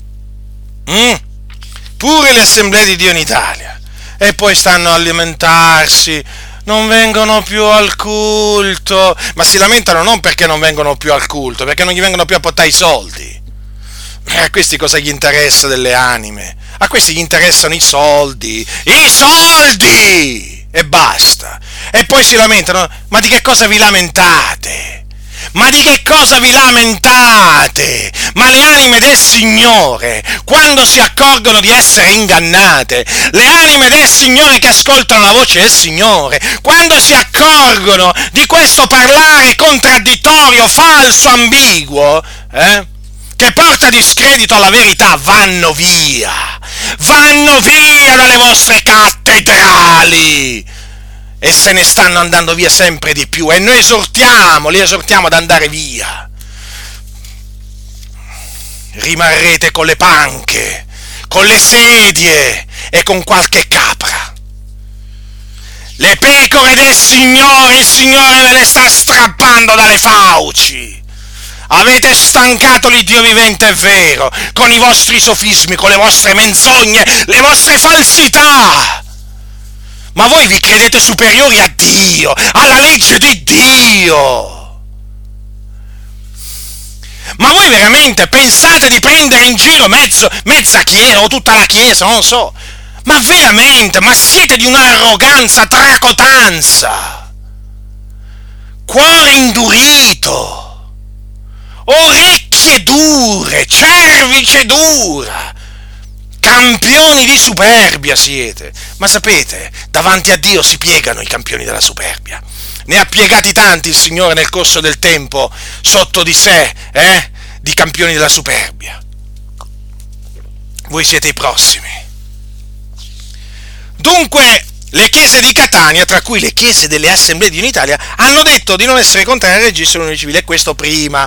Mm? Pure le assemblee di Dio in Italia. E poi stanno a alimentarsi non vengono più al culto, ma si lamentano non perché non vengono più al culto, perché non gli vengono più a portare i soldi. E a questi cosa gli interessa delle anime? A questi gli interessano i soldi, i soldi! E basta. E poi si lamentano, ma di che cosa vi lamentate? Ma di che cosa vi lamentate? Ma le anime del Signore, quando si accorgono di essere ingannate, le anime del Signore che ascoltano la voce del Signore, quando si accorgono di questo parlare contraddittorio, falso, ambiguo, eh, che porta discredito alla verità, vanno via, vanno via dalle vostre cattedrali! E se ne stanno andando via sempre di più, e noi esortiamo, li esortiamo ad andare via. Rimarrete con le panche, con le sedie e con qualche capra. Le pecore del Signore, il Signore ve le sta strappando dalle fauci. Avete stancato l'Iddio vivente e vero, con i vostri sofismi, con le vostre menzogne, le vostre falsità. Ma voi vi credete superiori a Dio, alla legge di Dio! Ma voi veramente pensate di prendere in giro mezzo, mezza chiesa o tutta la chiesa, non lo so? Ma veramente, ma siete di un'arroganza, tracotanza! Cuore indurito! Orecchie dure, cervice dura! Campioni di superbia siete, ma sapete, davanti a Dio si piegano i campioni della superbia. Ne ha piegati tanti il Signore nel corso del tempo sotto di sé, eh? Di campioni della superbia. Voi siete i prossimi. Dunque, le chiese di Catania, tra cui le chiese delle Assemblee di Unitalia, hanno detto di non essere contrarie al registro delle unioni civili, e questo prima.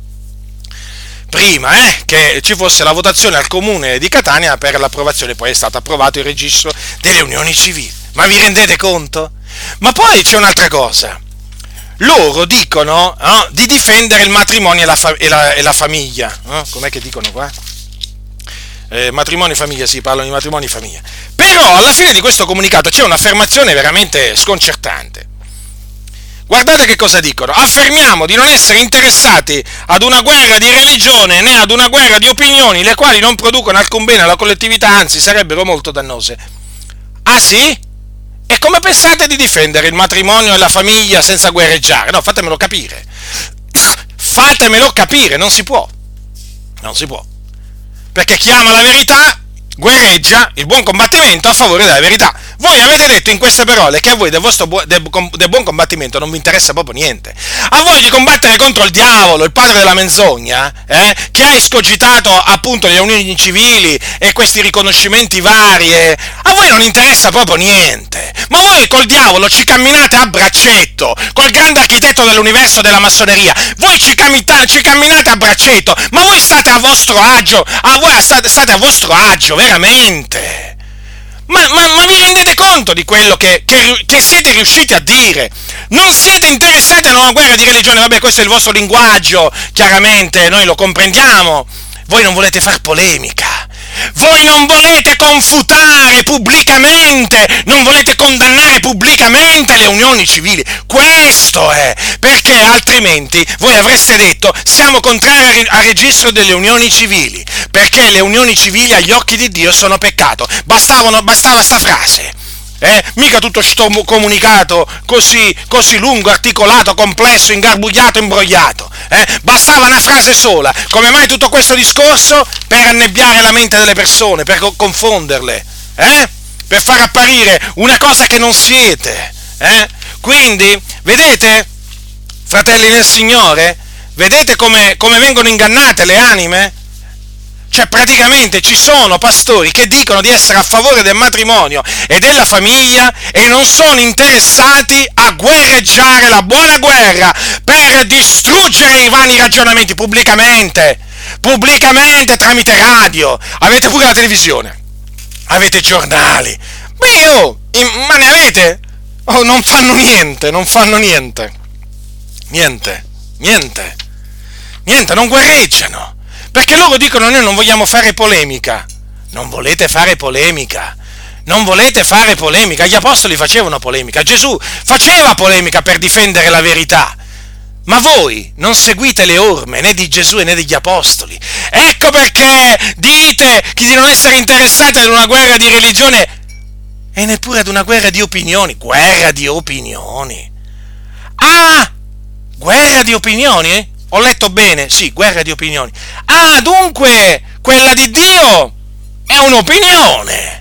Prima eh, che ci fosse la votazione al comune di Catania per l'approvazione, poi è stato approvato il registro delle unioni civili. Ma vi rendete conto? Ma poi c'è un'altra cosa. Loro dicono no, di difendere il matrimonio e la, fa- e la, e la famiglia. No? Com'è che dicono qua? Eh, matrimonio e famiglia, sì, parlano di matrimonio e famiglia. Però alla fine di questo comunicato c'è un'affermazione veramente sconcertante. Guardate che cosa dicono: affermiamo di non essere interessati ad una guerra di religione né ad una guerra di opinioni, le quali non producono alcun bene alla collettività, anzi sarebbero molto dannose. Ah sì? E come pensate di difendere il matrimonio e la famiglia senza guerreggiare? No, fatemelo capire. Fatemelo capire, non si può. Non si può. Perché chi ama la verità guerreggia il buon combattimento a favore della verità. Voi avete detto in queste parole che a voi del vostro bu- del, del buon combattimento non vi interessa proprio niente. A voi di combattere contro il diavolo, il padre della menzogna, eh, che ha escogitato appunto le unioni civili e questi riconoscimenti vari, eh, a voi non interessa proprio niente. Ma voi col diavolo ci camminate a braccetto, col grande architetto dell'universo della massoneria. Voi ci, camita- ci camminate a braccetto, ma voi state a vostro agio, a voi state, state a vostro agio, veramente. Ma, ma, ma vi rendete conto di quello che, che, che siete riusciti a dire? Non siete interessati a una guerra di religione, vabbè, questo è il vostro linguaggio, chiaramente, noi lo comprendiamo. Voi non volete far polemica, voi non volete confutare pubblicamente, non volete condannare pubblicamente le unioni civili. Questo è, perché altrimenti voi avreste detto siamo contrari al registro delle unioni civili, perché le unioni civili agli occhi di Dio sono peccato. Bastavano, bastava sta frase. Eh? Mica tutto sto comunicato così, così lungo, articolato, complesso, ingarbugliato, imbrogliato. Eh? Bastava una frase sola. Come mai tutto questo discorso? Per annebbiare la mente delle persone, per confonderle, eh? Per far apparire una cosa che non siete. Eh? Quindi, vedete, fratelli nel Signore, vedete come, come vengono ingannate le anime? Cioè praticamente ci sono pastori che dicono di essere a favore del matrimonio e della famiglia e non sono interessati a guerreggiare la buona guerra per distruggere i vani ragionamenti pubblicamente, pubblicamente tramite radio. Avete pure la televisione, avete giornali, beh, oh, ma ne avete? Oh, non fanno niente, non fanno niente, niente, niente, niente, non guerreggiano. Perché loro dicono noi non vogliamo fare polemica. Non volete fare polemica. Non volete fare polemica? Gli apostoli facevano polemica, Gesù faceva polemica per difendere la verità. Ma voi non seguite le orme né di Gesù né degli apostoli. Ecco perché dite di non essere interessati ad una guerra di religione e neppure ad una guerra di opinioni. Guerra di opinioni. Ah, guerra di opinioni? Ho letto bene? Sì, guerra di opinioni. Ah, dunque, quella di Dio è un'opinione.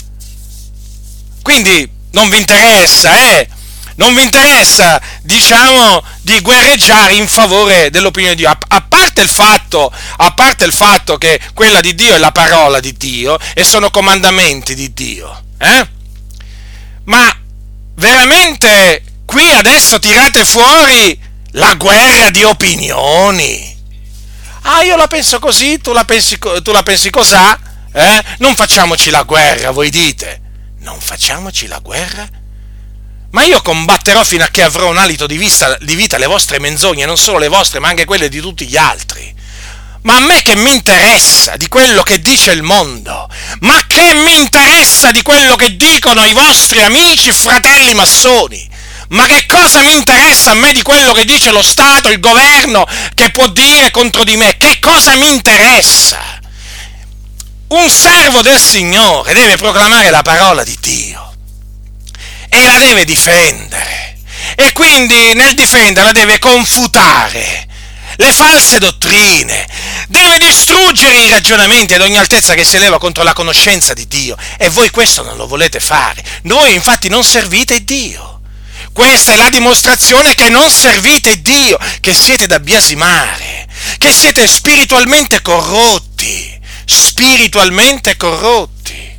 Quindi non vi interessa, eh? Non vi interessa, diciamo, di guerreggiare in favore dell'opinione di Dio. A, a parte il fatto, a parte il fatto che quella di Dio è la parola di Dio e sono comandamenti di Dio, eh? Ma veramente qui adesso tirate fuori la guerra di opinioni. Ah, io la penso così, tu la pensi, tu la pensi cos'ha? Eh? Non facciamoci la guerra, voi dite. Non facciamoci la guerra? Ma io combatterò fino a che avrò un alito di vita, di vita le vostre menzogne, non solo le vostre, ma anche quelle di tutti gli altri. Ma a me che mi interessa di quello che dice il mondo? Ma che mi interessa di quello che dicono i vostri amici, fratelli massoni? Ma che cosa mi interessa a me di quello che dice lo Stato, il governo, che può dire contro di me? Che cosa mi interessa? Un servo del Signore deve proclamare la parola di Dio e la deve difendere, e quindi nel difenderla deve confutare le false dottrine, deve distruggere i ragionamenti ad ogni altezza che si eleva contro la conoscenza di Dio, e voi questo non lo volete fare. Voi infatti non servite Dio. Questa è la dimostrazione che non servite Dio, che siete da biasimare, che siete spiritualmente corrotti, spiritualmente corrotti.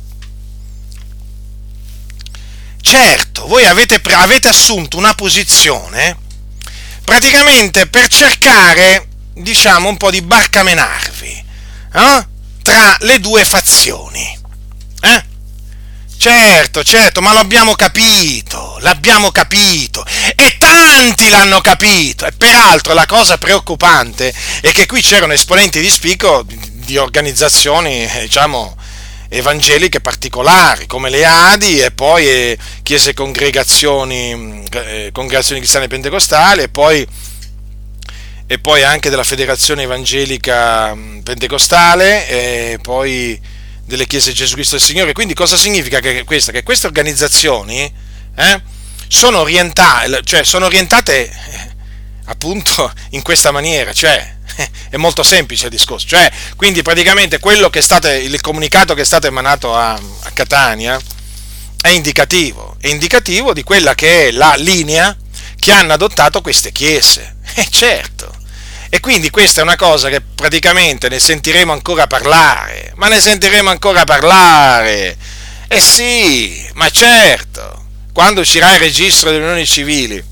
Certo, voi avete, avete assunto una posizione praticamente per cercare, diciamo, un po' di barcamenarvi eh? tra le due fazioni. Eh? Certo, certo, ma l'abbiamo capito, l'abbiamo capito, e tanti l'hanno capito, e peraltro la cosa preoccupante è che qui c'erano esponenti di spicco di organizzazioni, diciamo, evangeliche particolari, come le A D I e poi eh, chiese e congregazioni, eh, congregazioni cristiane pentecostali, e poi, e poi anche della Federazione Evangelica Pentecostale, e poi delle chiese Gesù Cristo del Signore. Quindi cosa significa che questa? Che queste organizzazioni eh, sono orientate, cioè sono orientate eh, appunto in questa maniera, cioè è molto semplice il discorso, cioè quindi praticamente quello che è stato, il comunicato che è stato emanato a, a Catania è indicativo, è indicativo di quella che è la linea che hanno adottato queste chiese, eh certo, e quindi questa è una cosa che praticamente ne sentiremo ancora parlare, ma ne sentiremo ancora parlare, eh sì, ma certo, quando uscirà il registro delle unioni civili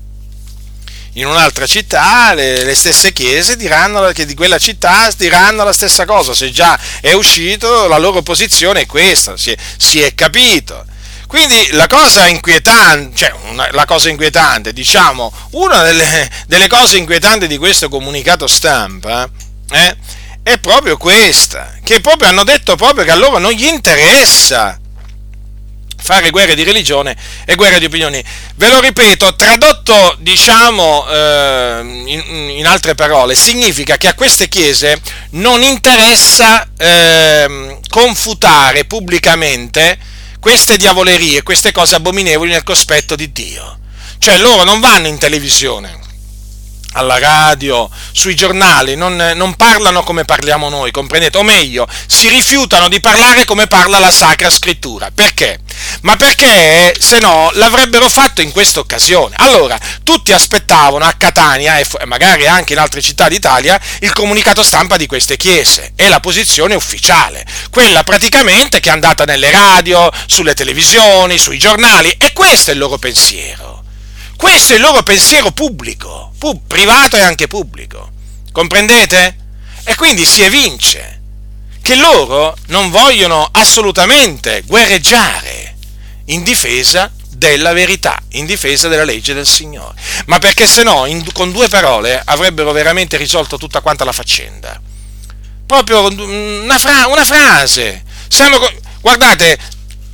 in un'altra città, le, le stesse chiese diranno che di quella città diranno la stessa cosa. Se già è uscito, la loro posizione è questa, si è, si è capito. Quindi la cosa inquietante, cioè una, la cosa inquietante, diciamo, una delle, delle cose inquietanti di questo comunicato stampa eh, è proprio questa, che proprio hanno detto proprio che a loro non gli interessa fare guerre di religione e guerre di opinioni. Ve lo ripeto, tradotto, diciamo, eh, in, in altre parole, significa che a queste chiese non interessa eh, confutare pubblicamente queste diavolerie, queste cose abominevoli nel cospetto di Dio. Cioè loro non vanno in televisione, alla radio, sui giornali, non, non parlano come parliamo noi, comprendete? O meglio, si rifiutano di parlare come parla la Sacra Scrittura. Perché? Ma perché se no l'avrebbero fatto in questa occasione. Allora, tutti aspettavano a Catania e magari anche in altre città d'Italia il comunicato stampa di queste chiese e la posizione ufficiale, quella praticamente che è andata nelle radio, sulle televisioni, sui giornali, e questo è il loro pensiero. Questo è il loro pensiero pubblico, pub, privato e anche pubblico, comprendete? E quindi si evince che loro non vogliono assolutamente guerreggiare in difesa della verità, in difesa della legge del Signore, ma perché se no in, con due parole avrebbero veramente risolto tutta quanta la faccenda. Proprio una, fra, una frase, siamo, guardate,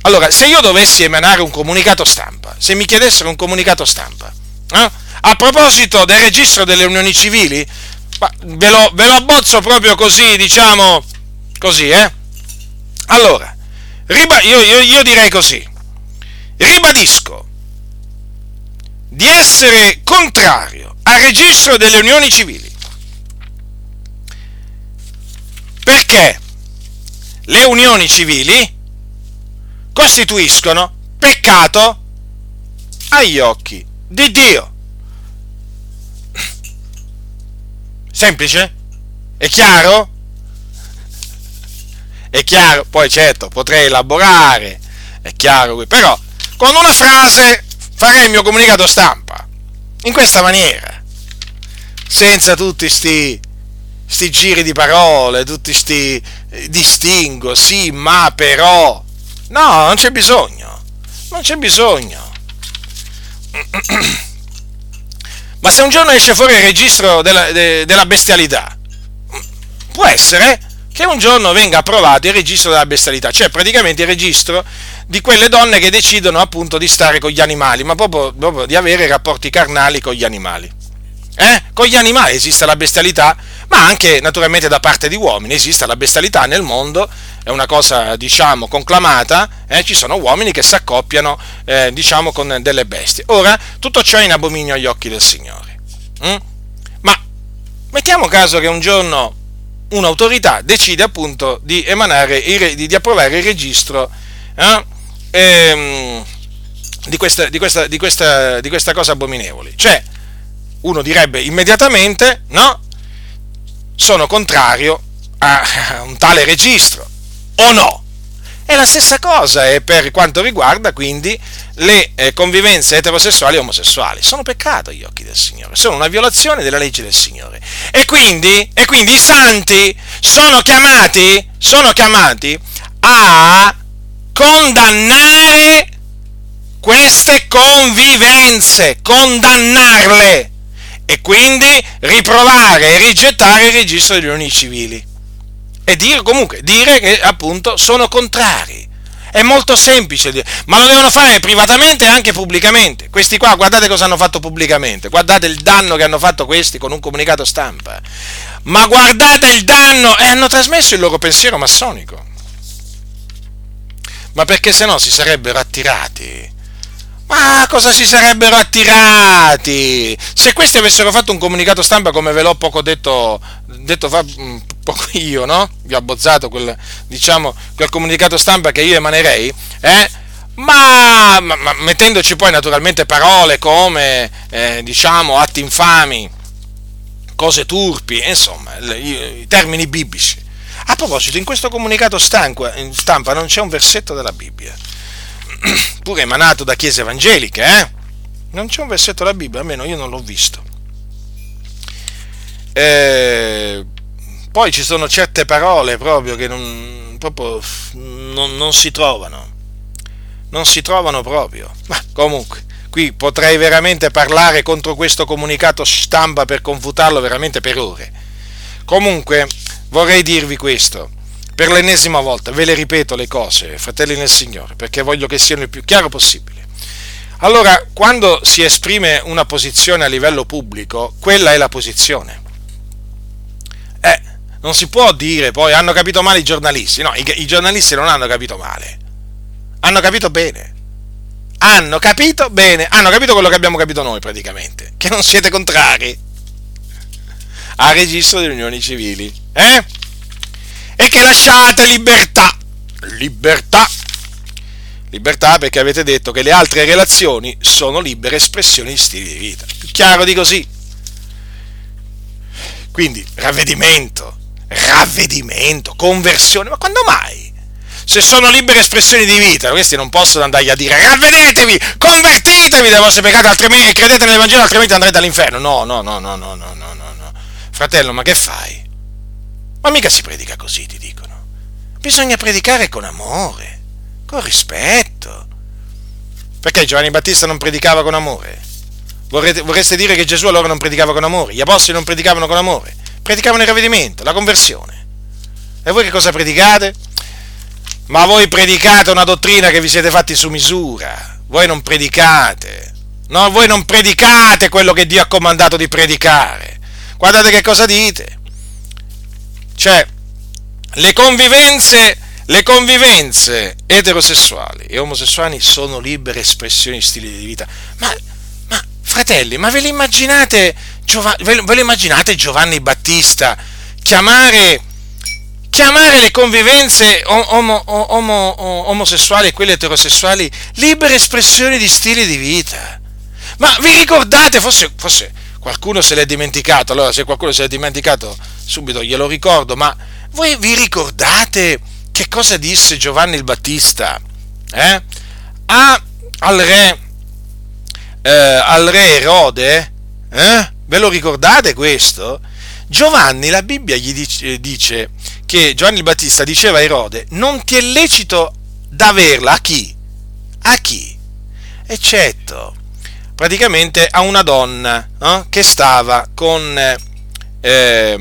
Allora, se io dovessi emanare un comunicato stampa, se mi chiedessero un comunicato stampa, eh, a proposito del registro delle unioni civili, ma ve lo, ve lo abbozzo proprio così, diciamo, così, eh? Allora, riba- io, io, io direi così, ribadisco di essere contrario al registro delle unioni civili, perché le unioni civili costituiscono peccato agli occhi di Dio. Semplice? È chiaro? È chiaro? Poi certo, potrei elaborare, è chiaro, però con una frase farei il mio comunicato stampa, in questa maniera, senza tutti sti, sti giri di parole, tutti sti eh, distinguo, sì, ma però, no, non c'è bisogno, non c'è bisogno. Ma se un giorno esce fuori il registro della, de, della bestialità, può essere che un giorno venga approvato il registro della bestialità, cioè praticamente il registro di quelle donne che decidono appunto di stare con gli animali, ma proprio, proprio di avere rapporti carnali con gli animali. Eh? Con gli animali esiste la bestialità, ma anche naturalmente da parte di uomini esiste la bestialità nel mondo, è una cosa diciamo conclamata, eh? Ci sono uomini che si accoppiano eh, diciamo con delle bestie. Ora, tutto ciò è in abominio agli occhi del Signore. Mm? Ma mettiamo caso che un giorno un'autorità decide appunto di emanare, il, di, di approvare il registro eh? ehm, di, questa, di, questa, di, questa, di questa cosa abominevoli, cioè uno direbbe immediatamente, no, sono contrario a un tale registro, o no? E la stessa cosa è per quanto riguarda quindi le eh, convivenze eterosessuali e omosessuali. Sono peccato agli occhi del Signore, sono una violazione della legge del Signore. E quindi, e quindi i santi sono chiamati, sono chiamati a condannare queste convivenze, condannarle, e quindi riprovare e rigettare il registro delle unioni civili e dire comunque dire che appunto sono contrari. È molto semplice, ma lo devono fare privatamente e anche pubblicamente. Questi qua, guardate cosa hanno fatto pubblicamente, guardate il danno che hanno fatto questi con un comunicato stampa, ma guardate il danno, e hanno trasmesso il loro pensiero massonico, ma perché se no si sarebbero attirati. Ma cosa si sarebbero attirati? Se questi avessero fatto un comunicato stampa come ve l'ho poco detto, detto fa poco io, no? Vi ho abbozzato quel, diciamo, quel comunicato stampa che io emanerei, eh? Ma, ma, ma mettendoci poi naturalmente parole come, eh, diciamo, atti infami, cose turpi, insomma, i, i termini biblici. A proposito, in questo comunicato stampa, in stampa non c'è un versetto della Bibbia, pure emanato da chiese evangeliche, eh? Non c'è un versetto della Bibbia, almeno io non l'ho visto. Eh, poi ci sono certe parole proprio che non, proprio non, non si trovano, non si trovano proprio. Ma comunque, qui potrei veramente parlare contro questo comunicato stampa per confutarlo veramente per ore. Comunque, vorrei dirvi questo. Per l'ennesima volta, ve le ripeto le cose, fratelli nel Signore, perché voglio che siano il più chiaro possibile. Allora, quando si esprime una posizione a livello pubblico, quella è la posizione. Eh, non si può dire poi, hanno capito male i giornalisti. No, i, i giornalisti non hanno capito male. Hanno capito bene. Hanno capito bene. Hanno capito quello che abbiamo capito noi, praticamente. Che non siete contrari al registro delle unioni civili. Eh? E che lasciate libertà, libertà, libertà perché avete detto che le altre relazioni sono libere espressioni di stili di vita. Più chiaro di così. Quindi ravvedimento, ravvedimento, conversione, ma quando mai? Se sono libere espressioni di vita, questi non possono andargli a dire ravvedetevi, convertitevi dai vostri peccati, altrimenti credete nell'Evangelo, altrimenti andrete all'inferno. No, no, no, no, no, no, no, no. Fratello, ma che fai? Ma mica si predica così, ti dicono. Bisogna predicare con amore, con rispetto. Perché Giovanni Battista non predicava con amore? Vorrete, vorreste dire che Gesù allora non predicava con amore? Gli apostoli non predicavano con amore? Predicavano il ravvedimento, la conversione. E voi che cosa predicate? Ma voi predicate una dottrina che vi siete fatti su misura, voi non predicate, no, voi non predicate quello che Dio ha comandato di predicare. Guardate che cosa dite, cioè, le convivenze, le convivenze eterosessuali e omosessuali sono libere espressioni di stili di vita, ma, ma fratelli, ma ve lo immaginate, Giov- ve lo immaginate Giovanni Battista chiamare... chiamare le convivenze omo, omo, omosessuali e quelle eterosessuali libere espressioni di stili di vita? Ma vi ricordate, forse, forse qualcuno se l'è dimenticato, allora se qualcuno se l'è dimenticato subito glielo ricordo, ma voi vi ricordate che cosa disse Giovanni il Battista eh? A, al, re, eh, al re Erode? Eh? Ve lo ricordate questo? Giovanni, la Bibbia gli dice, dice che Giovanni il Battista diceva a Erode: non ti è lecito d'averla a chi? A chi? Eccetto, praticamente a una donna eh, che stava con, eh,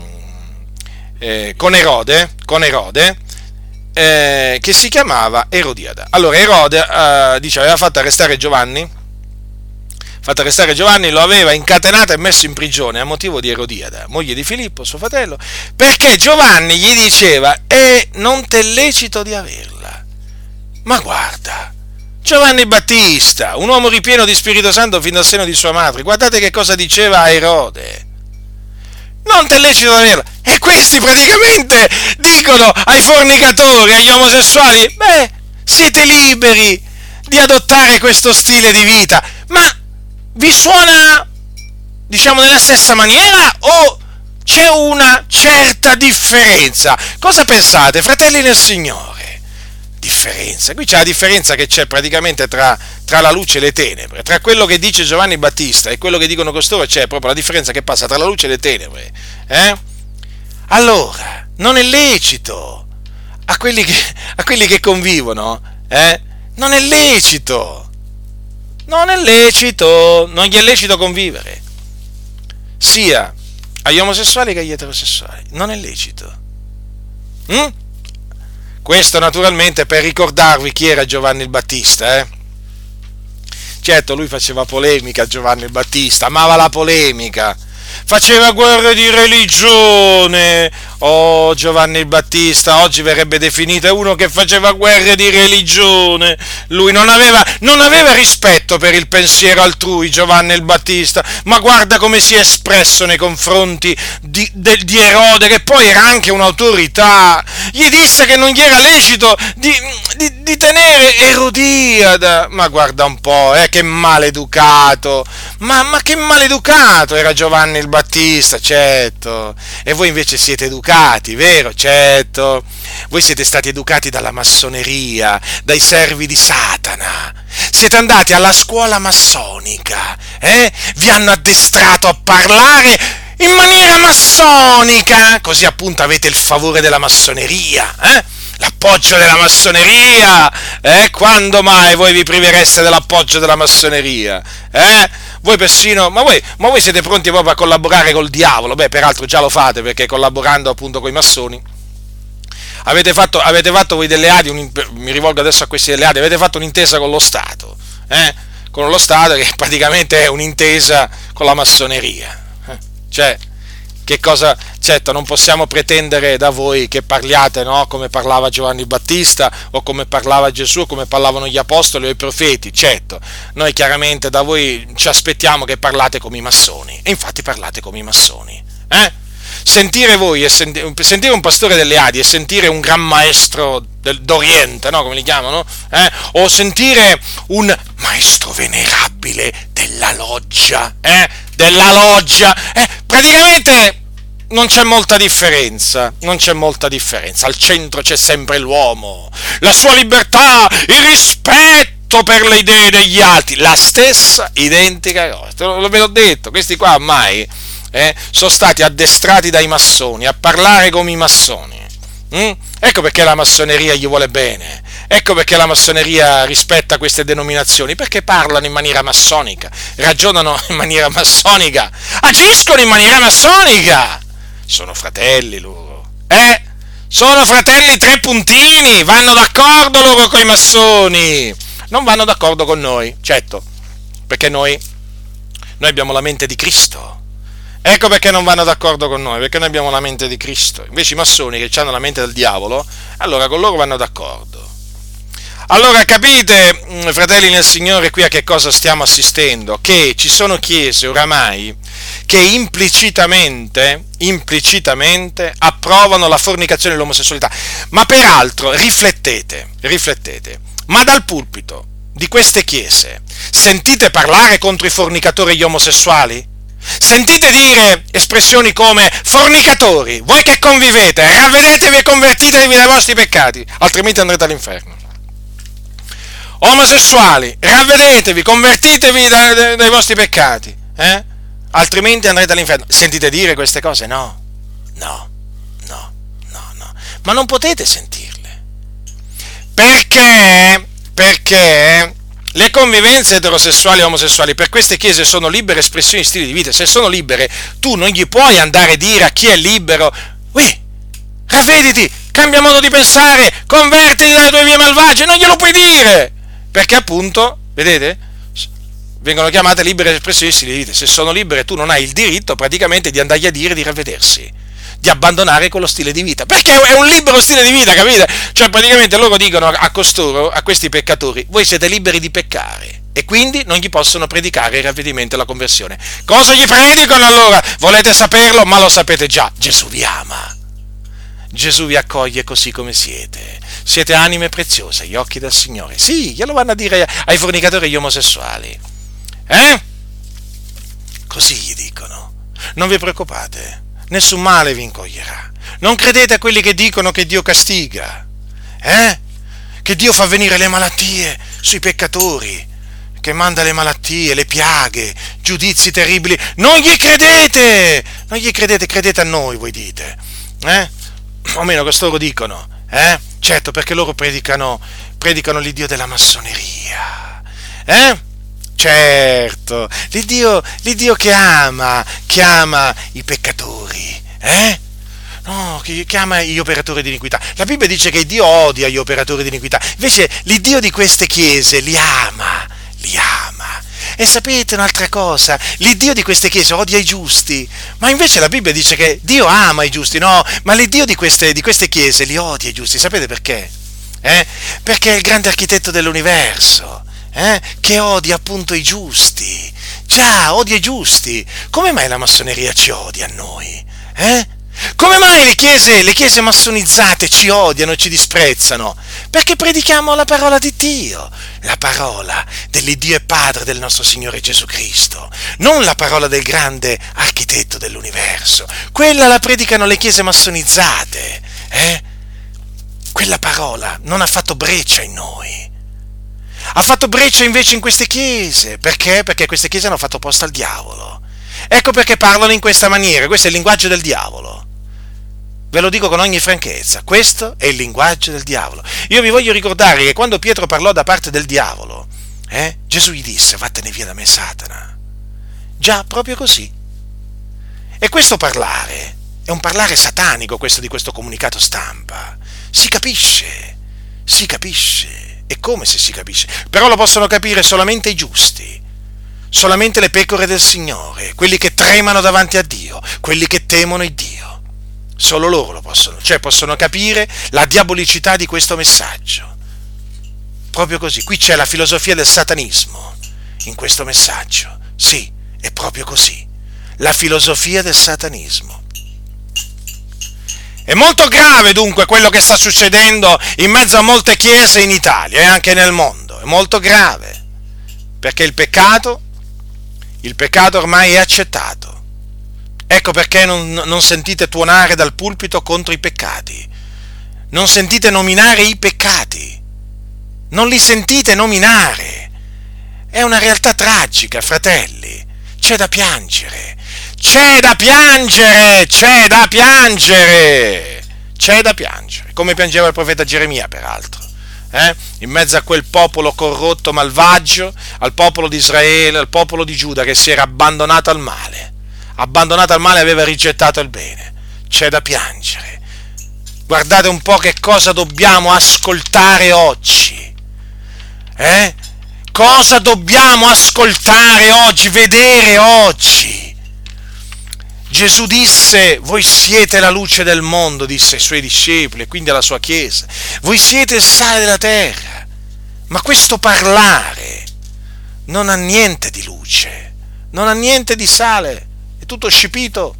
eh, con Erode, con Erode eh, che si chiamava Erodiada. Allora Erode eh, dice, aveva fatto arrestare Giovanni, fatto arrestare Giovanni, lo aveva incatenato e messo in prigione a motivo di Erodiada, moglie di Filippo, suo fratello, perché Giovanni gli diceva: e non t'è lecito di averla. Ma guarda, Giovanni Battista, un uomo ripieno di Spirito Santo fin dal seno di sua madre, guardate che cosa diceva a Erode: non t'è lecito di averla. E questi praticamente dicono ai fornicatori, agli omosessuali: beh, siete liberi di adottare questo stile di vita, ma vi suona, diciamo, nella stessa maniera o c'è una certa differenza? Cosa pensate, fratelli nel Signore? Differenza. Qui c'è la differenza che c'è praticamente tra, tra la luce e le tenebre, tra quello che dice Giovanni Battista e quello che dicono costoro. C'è proprio la differenza che passa tra la luce e le tenebre. Eh? Allora, non è lecito a quelli che, a quelli che convivono, eh? Non è lecito. Non è lecito, non gli è lecito convivere, sia agli omosessuali che agli eterosessuali, non è lecito. Mm? Questo naturalmente per ricordarvi chi era Giovanni il Battista, eh? Certo, lui faceva polemica, Giovanni il Battista, amava la polemica, faceva guerre di religione. Oh, Giovanni il Battista oggi verrebbe definito uno che faceva guerre di religione. Lui non aveva, non aveva rispetto per il pensiero altrui, Giovanni il Battista, ma guarda come si è espresso nei confronti di, de, di Erode, che poi era anche un'autorità. Gli disse che non gli era lecito di, di, di tenere Erodiada. Ma guarda un po', eh, che maleducato, ma, ma che maleducato era Giovanni il Battista, certo. E voi invece siete educati, vero? Certo. Voi siete stati educati dalla massoneria, dai servi di Satana. Siete andati alla scuola massonica, eh? Vi hanno addestrato a parlare in maniera massonica, così appunto avete il favore della massoneria, eh? L'appoggio della massoneria, eh? Quando mai voi vi privereste dell'appoggio della massoneria, eh? Voi persino, ma voi, ma voi siete pronti proprio a collaborare col diavolo? Beh, peraltro già lo fate, perché collaborando appunto con i massoni avete fatto, avete fatto voi delle adi, un, mi rivolgo adesso a questi delle adi, avete fatto un'intesa con lo Stato, eh? Con lo Stato, che praticamente è un'intesa con la massoneria, eh? Cioè, che cosa, certo, non possiamo pretendere da voi che parliate, no, come parlava Giovanni Battista o come parlava Gesù o come parlavano gli apostoli o i profeti. Certo, noi chiaramente da voi ci aspettiamo che parlate come i massoni, e infatti parlate come i massoni, eh? Sentire voi e senti, sentire un pastore delle Adi e sentire un gran maestro del, d'Oriente, no, come li chiamano, eh? O sentire un maestro venerabile della loggia, eh? Della loggia, eh? Praticamente non c'è molta differenza, non c'è molta differenza. Al centro c'è sempre l'uomo, la sua libertà, il rispetto per le idee degli altri, la stessa identica cosa. Lo ve l'ho detto, questi qua ormai eh, sono stati addestrati dai massoni a parlare come i massoni. Mm? Ecco perché la massoneria gli vuole bene, ecco perché la massoneria rispetta queste denominazioni, perché parlano in maniera massonica, ragionano in maniera massonica, agiscono in maniera massonica, sono fratelli loro, eh? Sono fratelli tre puntini, vanno d'accordo loro coi massoni, non vanno d'accordo con noi, certo, perché noi, noi abbiamo la mente di Cristo. Ecco perché non vanno d'accordo con noi, perché noi abbiamo la mente di Cristo. Invece i massoni che hanno la mente del diavolo, allora con loro vanno d'accordo. Allora capite, fratelli nel Signore, qui a che cosa stiamo assistendo? Che ci sono chiese oramai che implicitamente, implicitamente approvano la fornicazione e l'omosessualità. Ma peraltro, riflettete, riflettete, ma dal pulpito di queste chiese sentite parlare contro i fornicatori e gli omosessuali? Sentite dire espressioni come fornicatori, voi che convivete, ravvedetevi e convertitevi dai vostri peccati, altrimenti andrete all'inferno. Omosessuali, ravvedetevi, convertitevi dai, dai, dai vostri peccati, eh? Altrimenti andrete all'inferno. Sentite dire queste cose? No, no, no, no, no. Ma non potete sentirle. Perché? Perché le convivenze eterosessuali e omosessuali per queste chiese sono libere espressioni di stili di vita. Se sono libere, tu non gli puoi andare a dire a chi è libero: uè, ravvediti, cambia modo di pensare, convertiti dalle tue vie malvagie. Non glielo puoi dire, perché appunto, vedete, vengono chiamate libere espressioni di stili di vita. Se sono libere, tu non hai il diritto praticamente di andargli a dire di ravvedersi, di abbandonare quello stile di vita, perché è un libero stile di vita, capite? Cioè praticamente loro dicono a costoro, a questi peccatori: voi siete liberi di peccare, e quindi non gli possono predicare il ravvedimento e la conversione. Cosa gli predicano allora? Volete saperlo? Ma lo sapete già: Gesù vi ama, Gesù vi accoglie così come siete, siete anime preziose agli occhi del Signore. Sì, glielo vanno a dire ai fornicatori e agli omosessuali, eh? Così gli dicono. Non vi preoccupate, nessun male vi incoglierà. Non credete a quelli che dicono che Dio castiga, eh? Che Dio fa venire le malattie sui peccatori, che manda le malattie, le piaghe, giudizi terribili. Non gli credete! Non gli credete, credete a noi, voi dite, eh? O meno costoro dicono, eh? Certo, perché loro predicano, predicano l'Iddio della massoneria, eh? Certo, l'Iddio, l'Iddio che ama, che ama i peccatori, eh? No, che, che ama gli operatori di iniquità. La Bibbia dice che Dio odia gli operatori di iniquità, invece l'Iddio di queste chiese li ama, li ama. E sapete un'altra cosa? L'Iddio di queste chiese odia i giusti, ma invece la Bibbia dice che Dio ama i giusti. No, ma l'Iddio di queste, di queste chiese li odia i giusti. Sapete perché? Eh? Perché è il grande architetto dell'universo. Eh? Che odia appunto i giusti. Già, odia i giusti. Come mai la massoneria ci odia a noi? Eh? Come mai le chiese, le chiese massonizzate ci odiano e ci disprezzano? Perché predichiamo la parola di Dio, la parola dell'Iddio e Padre del nostro Signore Gesù Cristo, non la parola del grande architetto dell'universo. Quella la predicano le chiese massonizzate, eh? Quella parola non ha fatto breccia in noi. Ha fatto breccia invece in queste chiese. Perché? Perché queste chiese hanno fatto posto al diavolo. Ecco perché parlano in questa maniera. Questo è il linguaggio del diavolo. Ve lo dico con ogni franchezza. Questo è il linguaggio del diavolo. Io vi voglio ricordare che quando Pietro parlò da parte del diavolo, eh, Gesù gli disse: vattene via da me, Satana. Già, proprio così. E questo parlare è un parlare satanico, questo di questo comunicato stampa. Si capisce, si capisce. È come se si capisce, però lo possono capire solamente i giusti, solamente le pecore del Signore, quelli che tremano davanti a Dio, quelli che temono il Dio. Solo loro lo possono, cioè possono capire la diabolicità di questo messaggio. Proprio così, qui c'è la filosofia del satanismo in questo messaggio. Sì, è proprio così, la filosofia del satanismo. È molto grave dunque quello che sta succedendo in mezzo a molte chiese in Italia e anche nel mondo. È molto grave, perché il peccato, il peccato ormai è accettato. Ecco perché non, non sentite tuonare dal pulpito contro i peccati. Non sentite nominare i peccati. Non li sentite nominare. È una realtà tragica, fratelli. C'è da piangere. C'è da piangere, c'è da piangere, c'è da piangere, come piangeva il profeta Geremia peraltro, eh? In mezzo a quel popolo corrotto, malvagio, al popolo di Israele, al popolo di Giuda che si era abbandonato al male, abbandonato al male e aveva rigettato il bene. C'è da piangere, Guardate un po' che cosa dobbiamo ascoltare oggi. Eh? Cosa dobbiamo ascoltare oggi, vedere oggi? Gesù disse: voi siete la luce del mondo, disse ai suoi discepoli e quindi alla sua chiesa. Voi siete il sale della terra. Ma questo parlare non ha niente di luce, non ha niente di sale, è tutto scipito.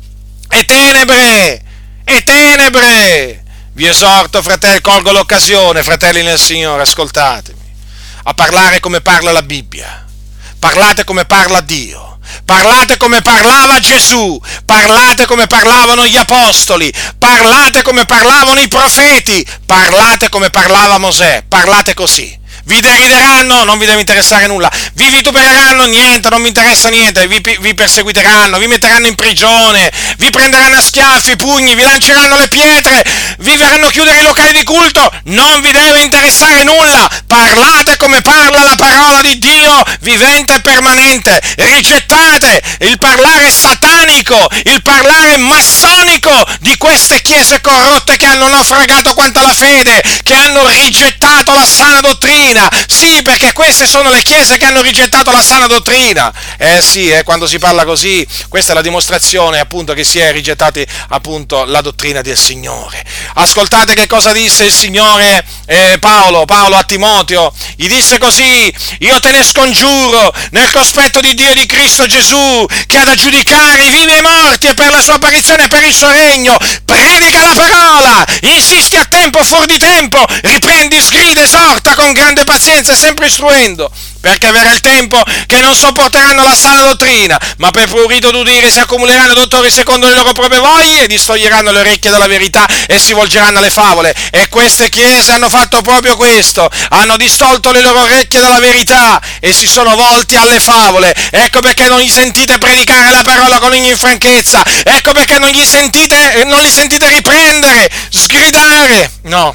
E tenebre, e tenebre. Vi esorto, fratelli, colgo l'occasione, fratelli nel Signore, ascoltatemi, a parlare come parla la Bibbia. Parlate come parla Dio. Parlate come parlava Gesù, parlate come parlavano gli apostoli, parlate come parlavano i profeti, parlate come parlava Mosè, parlate così. Vi derideranno, non vi deve interessare nulla. Vi vitupereranno, niente, non vi interessa niente. Vi, vi perseguiteranno, vi metteranno in prigione, vi prenderanno a schiaffi, pugni, vi lanceranno le pietre, vi verranno a chiudere i locali di culto. Non vi deve interessare nulla. Parlate come parla la parola di Dio, vivente e permanente. Rigettate il parlare satanico, il parlare massonico di queste chiese corrotte che hanno naufragato quanto alla fede, che hanno rigettato la sana dottrina. Sì, perché queste sono le chiese che hanno rigettato la sana dottrina. Eh sì, eh, quando si parla così, questa è la dimostrazione appunto che si è rigettati appunto la dottrina del Signore. Ascoltate che cosa disse il Signore eh, Paolo, Paolo a Timoteo. Gli disse così: io te ne scongiuro nel cospetto di Dio e di Cristo Gesù, che ha da giudicare i vivi e i morti, e per la sua apparizione e per il suo regno. Predica la parola, insisti a tempo, fuor di tempo, riprendi, sgrida, esorta con grande pazienza, sempre istruendo, perché verrà il tempo che non sopporteranno la sana dottrina, ma per prurito d'udire si accumuleranno dottori secondo le loro proprie voglie e distoglieranno le orecchie dalla verità e si volgeranno alle favole. E queste chiese hanno fatto proprio questo, hanno distolto le loro orecchie dalla verità e si sono volti alle favole. Ecco perché non gli sentite predicare la parola con ogni franchezza, ecco perché non gli sentite, non li sentite riprendere, sgridare. No,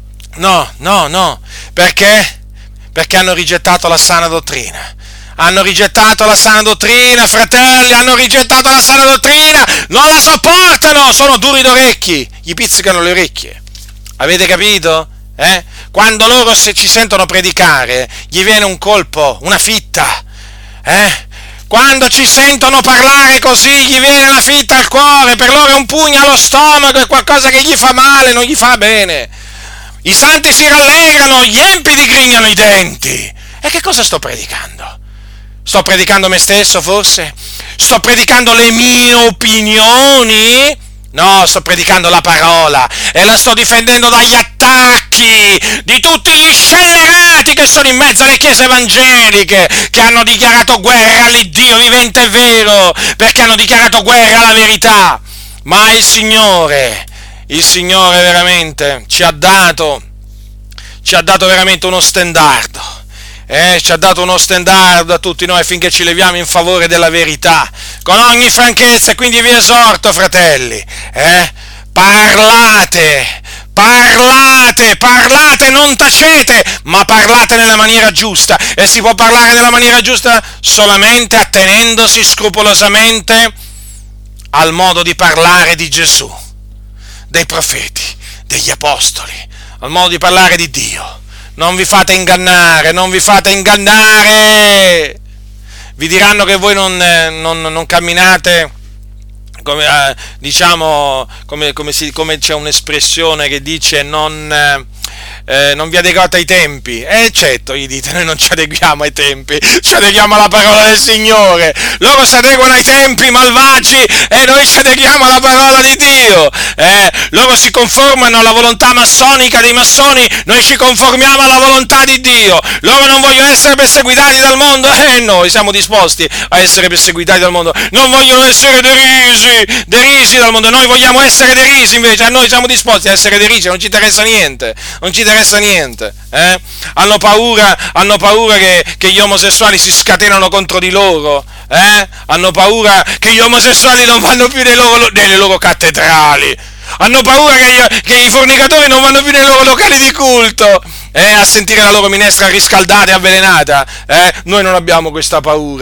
no, no, no. Perché? Perché hanno rigettato la sana dottrina. Hanno rigettato la sana dottrina, fratelli, hanno rigettato la sana dottrina, non la sopportano, sono duri d'orecchi, gli pizzicano le orecchie. Avete capito? Eh? Quando loro se ci sentono predicare, gli viene un colpo, una fitta. Eh? Quando ci sentono parlare così, gli viene una fitta al cuore, per loro è un pugno allo stomaco, è qualcosa che gli fa male, non gli fa bene. I santi si rallegrano, gli empi digrignano i denti. E che cosa sto predicando? Sto predicando me stesso, forse? Sto predicando le mie opinioni? No, sto predicando la parola e la sto difendendo dagli attacchi di tutti gli scellerati che sono in mezzo alle chiese evangeliche, che hanno dichiarato guerra all'Iddio vivente e vero, perché hanno dichiarato guerra alla verità. Ma il Signore... Il Signore veramente ci ha dato, ci ha dato veramente uno stendardo, eh? ci ha dato uno stendardo a tutti noi finché ci leviamo in favore della verità, con ogni franchezza. Quindi vi esorto, fratelli, eh? parlate, parlate, parlate, non tacete, ma parlate nella maniera giusta, e si può parlare nella maniera giusta solamente attenendosi scrupolosamente al modo di parlare di Gesù, dei profeti, degli apostoli, al modo di parlare di Dio. Non vi fate ingannare, non vi fate ingannare. Vi diranno che voi non, non, non camminate, come eh, diciamo, come, come, si, come c'è un'espressione che dice non... Eh, Eh, non vi adeguate ai tempi. E certo, gli dite, noi non ci adeguiamo ai tempi, ci adeguiamo alla parola del Signore. Loro si adeguano ai tempi malvagi e noi ci adeguiamo alla parola di Dio. Eh, loro si conformano alla volontà massonica dei massoni, noi ci conformiamo alla volontà di Dio. Loro non vogliono essere perseguitati dal mondo e eh, noi siamo disposti a essere perseguitati dal mondo. Non vogliono essere derisi, derisi dal mondo, noi vogliamo essere derisi invece, a noi siamo disposti a essere derisi, non ci interessa niente, non ci interessa niente, eh? Hanno paura, hanno paura che, che gli omosessuali si scatenano contro di loro, eh? Hanno paura che gli omosessuali non vanno più nei loro, nelle loro cattedrali, hanno paura che, che i fornicatori non vanno più nei loro locali di culto, eh? A sentire la loro minestra riscaldata e avvelenata, eh? Noi non abbiamo questa paura,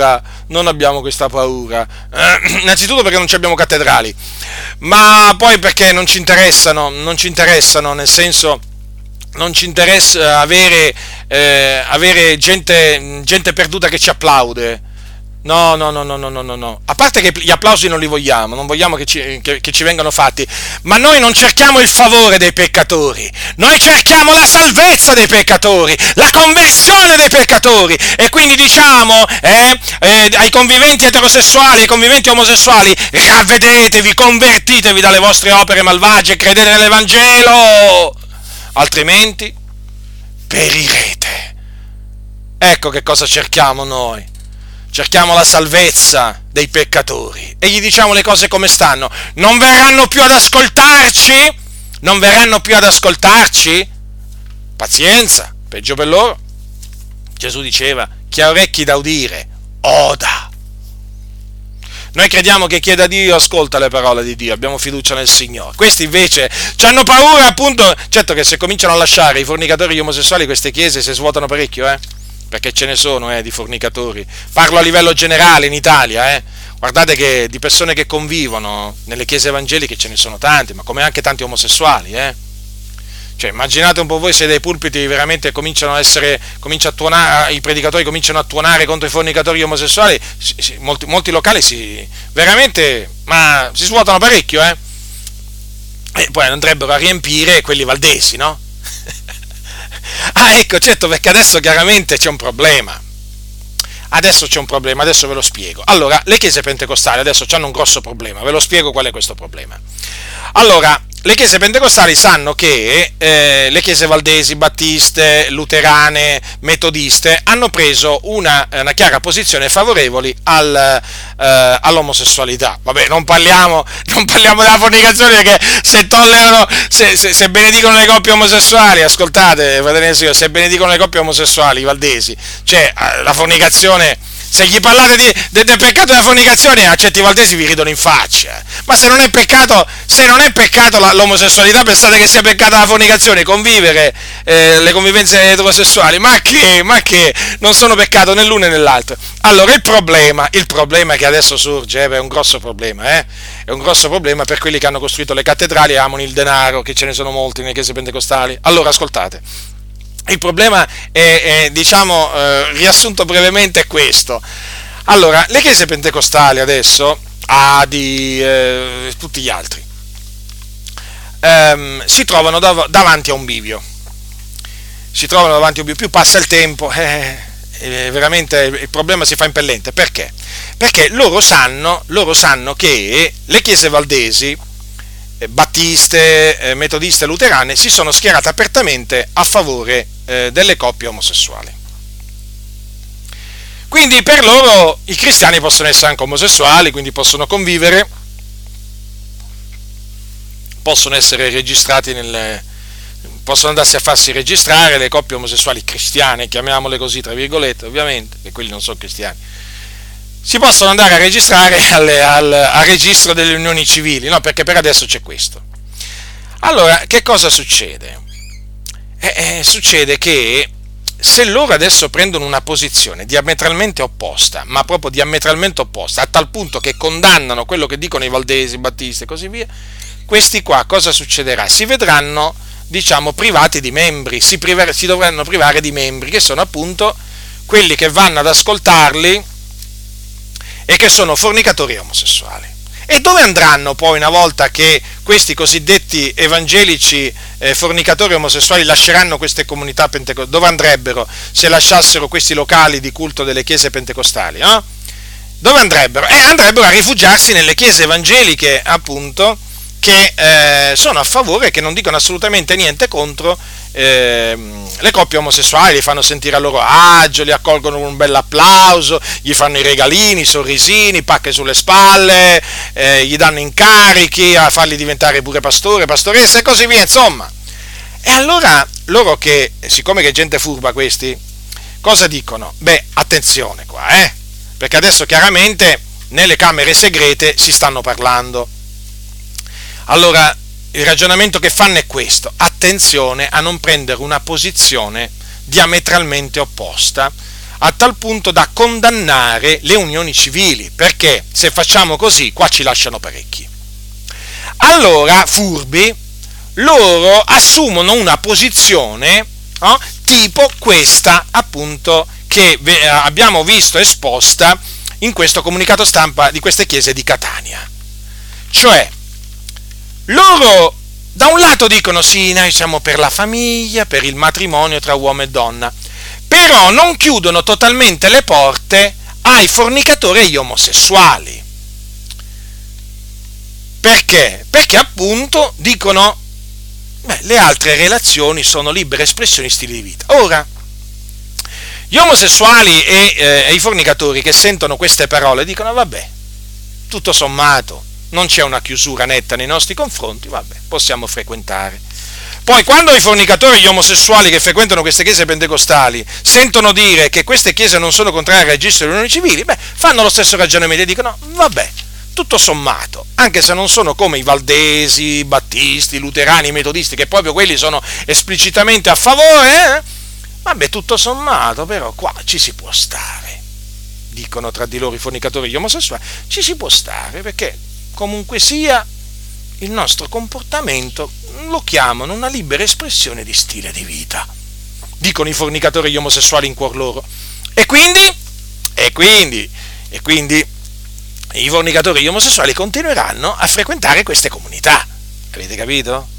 non abbiamo questa paura. Eh, innanzitutto perché non ci abbiamo cattedrali, ma poi perché non ci interessano, non ci interessano, nel senso, non ci interessa avere, eh, avere gente, gente perduta che ci applaude. No, no, no, no, no, no, no, no. A parte che gli applausi non li vogliamo, non vogliamo che ci, che, che ci vengano fatti, ma noi non cerchiamo il favore dei peccatori, noi cerchiamo la salvezza dei peccatori, la conversione dei peccatori, e quindi diciamo eh, eh, ai conviventi eterosessuali, ai conviventi omosessuali: ravvedetevi, convertitevi dalle vostre opere malvagie e credete nell'Evangelo, altrimenti perirete. Ecco che cosa cerchiamo noi. Cerchiamo la salvezza dei peccatori e gli diciamo le cose come stanno. Non verranno più ad ascoltarci? Non verranno più ad ascoltarci? Pazienza, peggio per loro. Gesù diceva: chi ha orecchi da udire, oda. Noi crediamo che chi è da Dio ascolta le parole di Dio, abbiamo fiducia nel Signore. Questi invece hanno paura, appunto. Certo che se cominciano a lasciare i fornicatori e gli omosessuali, queste chiese si svuotano parecchio, eh? Perché ce ne sono eh, di fornicatori. Parlo a livello generale in Italia, eh. Guardate che di persone che convivono nelle chiese evangeliche ce ne sono tanti, ma come anche tanti omosessuali, eh. Cioè, immaginate un po' voi se dai pulpiti veramente cominciano a essere, comincia a tuonare, i predicatori cominciano a tuonare contro i fornicatori omosessuali, si, si, molti, molti locali si veramente, ma si svuotano parecchio, eh. E poi andrebbero a riempire quelli valdesi, no? Ah, ecco, certo, perché adesso chiaramente c'è un problema. Adesso c'è un problema, adesso ve lo spiego. Allora, le chiese pentecostali adesso hanno un grosso problema, ve lo spiego qual è questo problema. Allora, le chiese pentecostali sanno che eh, le chiese valdesi, battiste, luterane, metodiste hanno preso una, una chiara posizione favorevoli al, eh, all'omosessualità. Vabbè, non parliamo, non parliamo della fornicazione, perché se tollerano, se, se, se benedicono le coppie omosessuali, ascoltate, fratelli, se benedicono le coppie omosessuali, i valdesi, cioè la fornicazione. Se gli parlate di, de, del peccato della fornicazione, a certi valdesi vi ridono in faccia. Ma se non è peccato, se non è peccato la, l'omosessualità, pensate che sia peccato la fornicazione, convivere, eh, le convivenze eterosessuali? Ma che, ma che, non sono peccato né l'uno né nell'altro. Allora il problema, il problema che adesso sorge, eh, è un grosso problema, eh? È un grosso problema per quelli che hanno costruito le cattedrali e amano il denaro, che ce ne sono molti nelle chiese pentecostali. Allora ascoltate. Il problema è, è diciamo, eh, riassunto brevemente, è questo. Allora, le chiese pentecostali adesso, ah, di eh, tutti gli altri, ehm, si trovano dav- davanti a un bivio. Si trovano davanti a un bivio. Più passa il tempo, eh, eh, veramente il problema si fa impellente. Perché? Perché loro sanno, loro sanno che le chiese valdesi, battiste, eh, metodiste, luterane, si sono schierate apertamente a favore eh, delle coppie omosessuali. Quindi per loro i cristiani possono essere anche omosessuali, quindi possono convivere, possono essere registrati nelle, possono andarsi a farsi registrare le coppie omosessuali cristiane, chiamiamole così tra virgolette, ovviamente, che quelli non sono cristiani. Si possono andare a registrare al, al, al registro delle unioni civili, no? Perché per adesso c'è questo. Allora, che cosa succede? Eh, eh, succede che se loro adesso prendono una posizione diametralmente opposta, ma proprio diametralmente opposta, a tal punto che condannano quello che dicono i valdesi, i battisti e così via, questi qua cosa succederà? Si vedranno, diciamo, privati di membri, si, privar- si dovranno privare di membri, che sono appunto quelli che vanno ad ascoltarli e che sono fornicatori omosessuali. E dove andranno poi una volta che questi cosiddetti evangelici eh, fornicatori omosessuali lasceranno queste comunità pentecostali? Dove andrebbero se lasciassero questi locali di culto delle chiese pentecostali? Eh? Dove andrebbero? Eh, andrebbero a rifugiarsi nelle chiese evangeliche, appunto, che eh, sono a favore, che non dicono assolutamente niente contro eh, le coppie omosessuali, li fanno sentire a loro agio, li accolgono con un bel applauso, gli fanno i regalini, i sorrisini, pacche sulle spalle, eh, gli danno incarichi a farli diventare pure pastore, pastoressa e così via, insomma. E allora loro, che siccome che è gente furba questi, cosa dicono? Beh, attenzione qua, eh, perché adesso chiaramente nelle camere segrete si stanno parlando. Allora, il ragionamento che fanno è questo: attenzione a non prendere una posizione diametralmente opposta a tal punto da condannare le unioni civili, perché se facciamo così qua ci lasciano parecchi. Allora, furbi, loro assumono una posizione, no, tipo questa appunto che abbiamo visto esposta in questo comunicato stampa di queste chiese di Catania. Cioè, loro da un lato dicono sì, noi siamo per la famiglia, per il matrimonio tra uomo e donna, però non chiudono totalmente le porte ai fornicatori e agli omosessuali. Perché? Perché appunto dicono, beh, le altre relazioni sono libere espressioni, stili di vita. Ora, gli omosessuali e, eh, e i fornicatori che sentono queste parole dicono, vabbè, tutto sommato, non c'è una chiusura netta nei nostri confronti, vabbè, possiamo frequentare. Poi quando i fornicatori e gli omosessuali che frequentano queste chiese pentecostali sentono dire che queste chiese non sono contrarie al registro delle unioni civili, beh, fanno lo stesso ragionamento e dicono, vabbè, tutto sommato, anche se non sono come i valdesi, i battisti, i luterani, i metodisti, che proprio quelli sono esplicitamente a favore, eh? Vabbè, tutto sommato, però qua ci si può stare, dicono tra di loro i fornicatori e gli omosessuali, ci si può stare, perché comunque sia, il nostro comportamento lo chiamano una libera espressione di stile di vita, dicono i fornicatori e gli omosessuali in cuor loro. E quindi, e quindi, e quindi i fornicatori e gli omosessuali continueranno a frequentare queste comunità. Avete capito?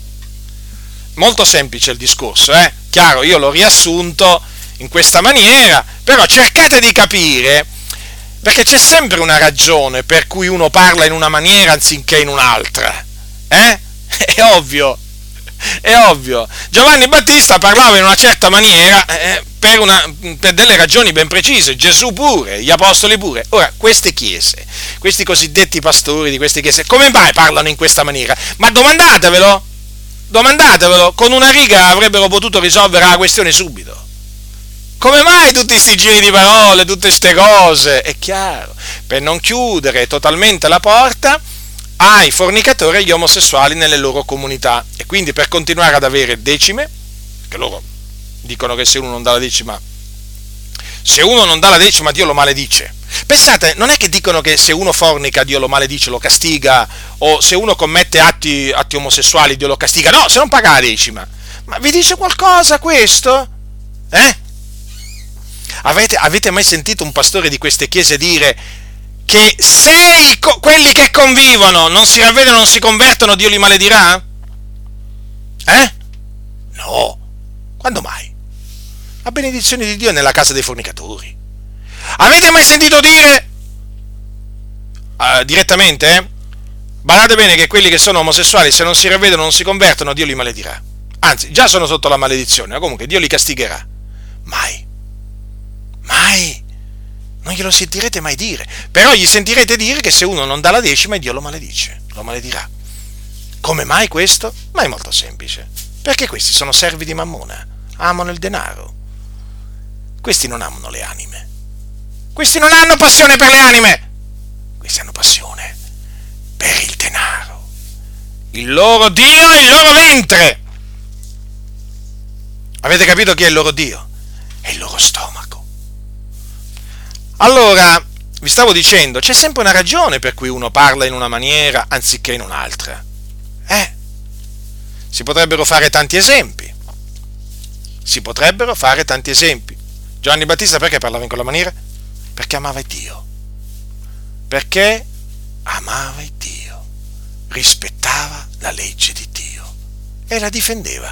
Molto semplice il discorso, eh? Chiaro, io l'ho riassunto in questa maniera, però cercate di capire, perché c'è sempre una ragione per cui uno parla in una maniera anziché in un'altra, eh? È ovvio, è ovvio. Giovanni Battista parlava in una certa maniera eh, per, una, per delle ragioni ben precise, Gesù pure, gli apostoli pure. Ora, queste chiese, questi cosiddetti pastori di queste chiese, come mai parlano in questa maniera? Ma domandatevelo, domandatevelo, con una riga avrebbero potuto risolvere la questione subito. Come mai tutti questi giri di parole, tutte queste cose? È chiaro, per non chiudere totalmente la porta ai fornicatori e agli omosessuali nelle loro comunità, e quindi per continuare ad avere decime, perché loro dicono che se uno non dà la decima, se uno non dà la decima Dio lo maledice. Pensate, non è che dicono che se uno fornica Dio lo maledice, lo castiga, o se uno commette atti, atti omosessuali Dio lo castiga, no, se non paga la decima. Ma vi dice qualcosa questo? Eh? Avete, avete mai sentito un pastore di queste chiese dire che se i, quelli che convivono non si ravvedono, non si convertono, Dio li maledirà? Eh? No. Quando mai? La benedizione di Dio è nella casa dei fornicatori. Avete mai sentito dire uh, direttamente, eh? Badate bene che quelli che sono omosessuali, se non si ravvedono, non si convertono, Dio li maledirà. Anzi, già sono sotto la maledizione, ma comunque Dio li castigherà. Mai. Mai, non glielo sentirete mai dire, però gli sentirete dire che se uno non dà la decima Dio lo maledice, lo maledirà. Come mai questo? Ma è molto semplice, perché questi sono servi di Mammona, amano il denaro, questi non amano le anime, questi non hanno passione per le anime, questi hanno passione per il denaro, il loro Dio è il loro ventre. Avete capito chi è il loro Dio? È il loro stomaco. Allora, vi stavo dicendo, c'è sempre una ragione per cui uno parla in una maniera anziché in un'altra. Eh? Si potrebbero fare tanti esempi. Si potrebbero fare tanti esempi. Giovanni Battista perché parlava in quella maniera? Perché amava Dio. Perché amava Dio. Rispettava la legge di Dio e la difendeva.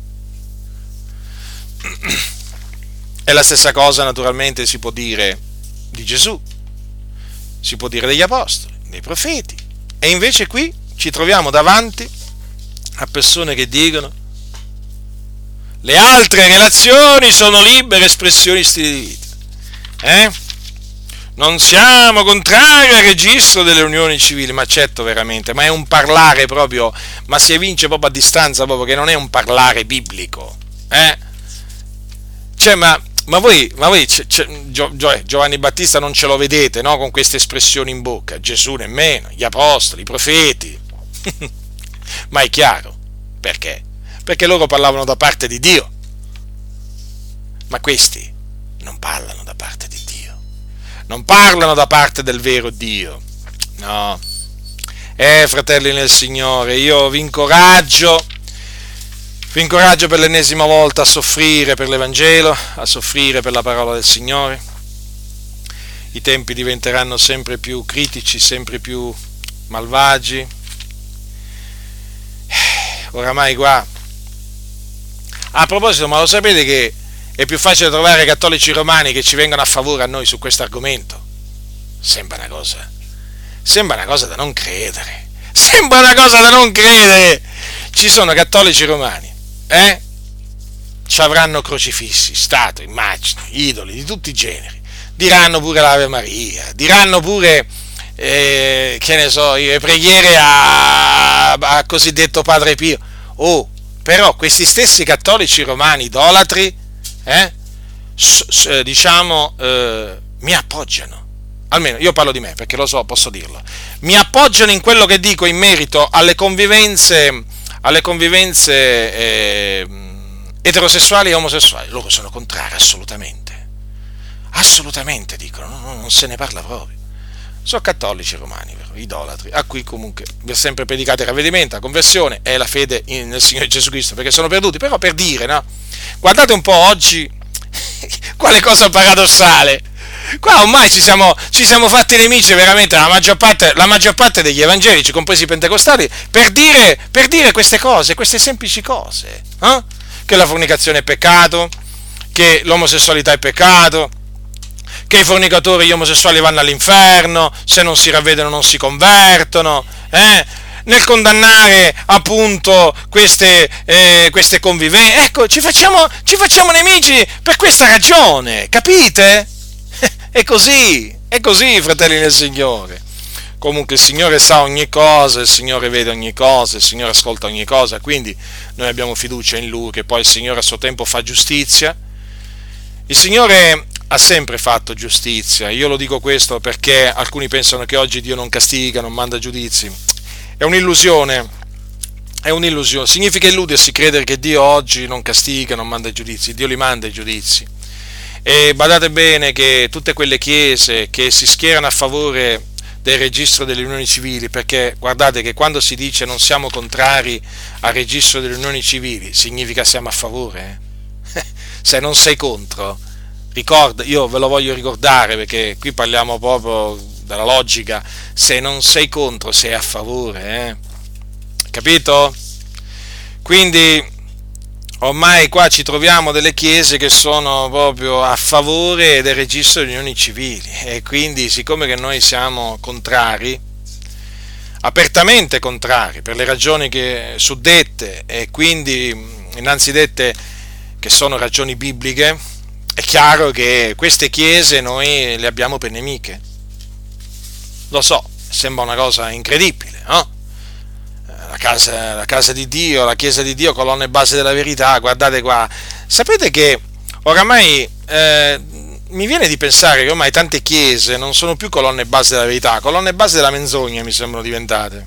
E la stessa cosa naturalmente si può dire di Gesù, si può dire degli apostoli, dei profeti, e invece qui ci troviamo davanti a persone che dicono le altre relazioni sono libere espressioni stili di vita, eh? Non siamo contrari al registro delle unioni civili, ma certo veramente, ma è un parlare proprio, ma si evince proprio a distanza, proprio che non è un parlare biblico, eh? Cioè, ma Ma voi, ma voi c- c- Gio- Gio- Giovanni Battista non ce lo vedete, no? Con queste espressioni in bocca, Gesù nemmeno, gli apostoli, i profeti. Ma è chiaro, perché? Perché loro parlavano da parte di Dio, ma questi non parlano da parte di Dio, non parlano da parte del vero Dio, no. Eh, fratelli nel Signore, io vi incoraggio, vi incoraggio per l'ennesima volta a soffrire per l'Evangelo, a soffrire per la parola del Signore. I tempi diventeranno sempre più critici, sempre più malvagi. Oramai qua, a proposito, ma lo sapete che è più facile trovare cattolici romani che ci vengono a favore a noi su questo argomento? Sembra una cosa, sembra una cosa da non credere, sembra una cosa da non credere. Ci sono cattolici romani, eh? Ci avranno crocifissi, statue, immagini, idoli di tutti i generi, diranno pure l'Ave Maria, diranno pure, eh, che ne so, preghiere a, a cosiddetto Padre Pio. Oh, però questi stessi cattolici romani idolatri, eh, s- s- diciamo, eh, mi appoggiano. Almeno io parlo di me, perché lo so, posso dirlo. Mi appoggiano in quello che dico in merito alle convivenze, alle convivenze eh, eterosessuali e omosessuali. Loro sono contrari, assolutamente. Assolutamente, dicono, no, non se ne parla proprio. Sono cattolici romani, vero? Idolatri, a cui comunque vi è sempre predicato il ravvedimento, la conversione e la fede in, nel Signore Gesù Cristo, perché sono perduti. Però per dire, no? Guardate un po' oggi quale cosa paradossale. Qua ormai ci siamo, ci siamo fatti nemici veramente la maggior parte, la maggior parte degli evangelici, compresi i pentecostali, per dire, per dire queste cose, queste semplici cose, eh? Che la fornicazione è peccato, che l'omosessualità è peccato, che i fornicatori e gli omosessuali vanno all'inferno, se non si ravvedono non si convertono, eh? Nel condannare appunto queste, eh, queste convivenze. Ecco, ci facciamo, ci facciamo nemici per questa ragione, capite? È così, è così, fratelli nel Signore. Comunque il Signore sa ogni cosa, il Signore vede ogni cosa, il Signore ascolta ogni cosa, quindi noi abbiamo fiducia in Lui, che poi il Signore a suo tempo fa giustizia. Il Signore ha sempre fatto giustizia. Io lo dico questo perché alcuni pensano che oggi Dio non castiga, non manda giudizi. È un'illusione, è un'illusione. Significa illudersi, credere che Dio oggi non castiga, non manda giudizi. Dio li manda i giudizi. E badate bene che tutte quelle chiese che si schierano a favore del registro delle unioni civili, perché guardate che quando si dice non siamo contrari al registro delle unioni civili, significa siamo a favore. Eh? Se non sei contro, ricorda, io ve lo voglio ricordare perché qui parliamo proprio della logica, se non sei contro sei a favore, eh? Capito? Quindi ormai qua ci troviamo delle chiese che sono proprio a favore del registro delle unioni civili e quindi siccome che noi siamo contrari, apertamente contrari, per le ragioni che suddette e quindi innanzi dette che sono ragioni bibliche, è chiaro che queste chiese noi le abbiamo per nemiche. Lo so, sembra una cosa incredibile, no? La casa, la casa di Dio, la Chiesa di Dio, colonna e base della verità, guardate qua. Sapete che oramai eh, mi viene di pensare che ormai tante chiese non sono più colonne e base della verità, colonne e base della menzogna mi sembrano diventate.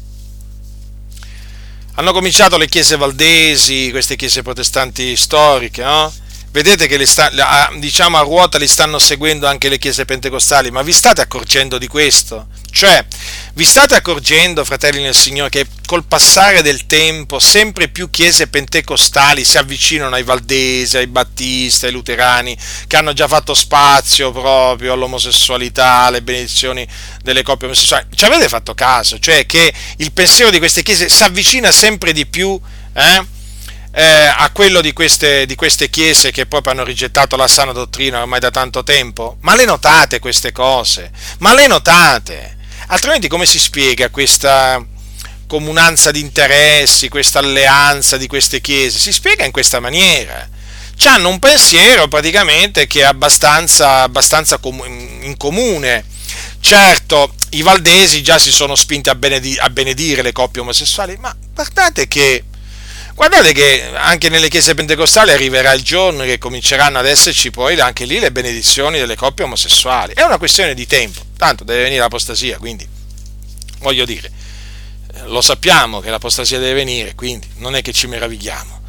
Hanno cominciato le chiese valdesi, queste chiese protestanti storiche, no? Vedete che le sta, diciamo a ruota li stanno seguendo anche le chiese pentecostali, ma vi state accorgendo di questo? Cioè, vi state accorgendo, fratelli nel Signore, che col passare del tempo sempre più chiese pentecostali si avvicinano ai valdesi, ai battisti, ai luterani, che hanno già fatto spazio proprio all'omosessualità, alle benedizioni delle coppie omosessuali. Ci avete fatto caso? Cioè che il pensiero di queste chiese si avvicina sempre di più, eh? Eh, a quello di queste, di queste chiese che proprio hanno rigettato la sana dottrina ormai da tanto tempo? Ma le notate queste cose? Ma le notate? Altrimenti come si spiega questa comunanza di interessi, questa alleanza di queste chiese? Si spiega in questa maniera. C'hanno un pensiero praticamente che è abbastanza, abbastanza com- in comune. Certo, i valdesi già si sono spinti a, benedi- a benedire le coppie omosessuali, ma guardate che Guardate che anche nelle chiese pentecostali arriverà il giorno che cominceranno ad esserci poi anche lì le benedizioni delle coppie omosessuali. È una questione di tempo, tanto deve venire l'apostasia, quindi voglio dire, lo sappiamo che l'apostasia deve venire, quindi non è che ci meravigliamo.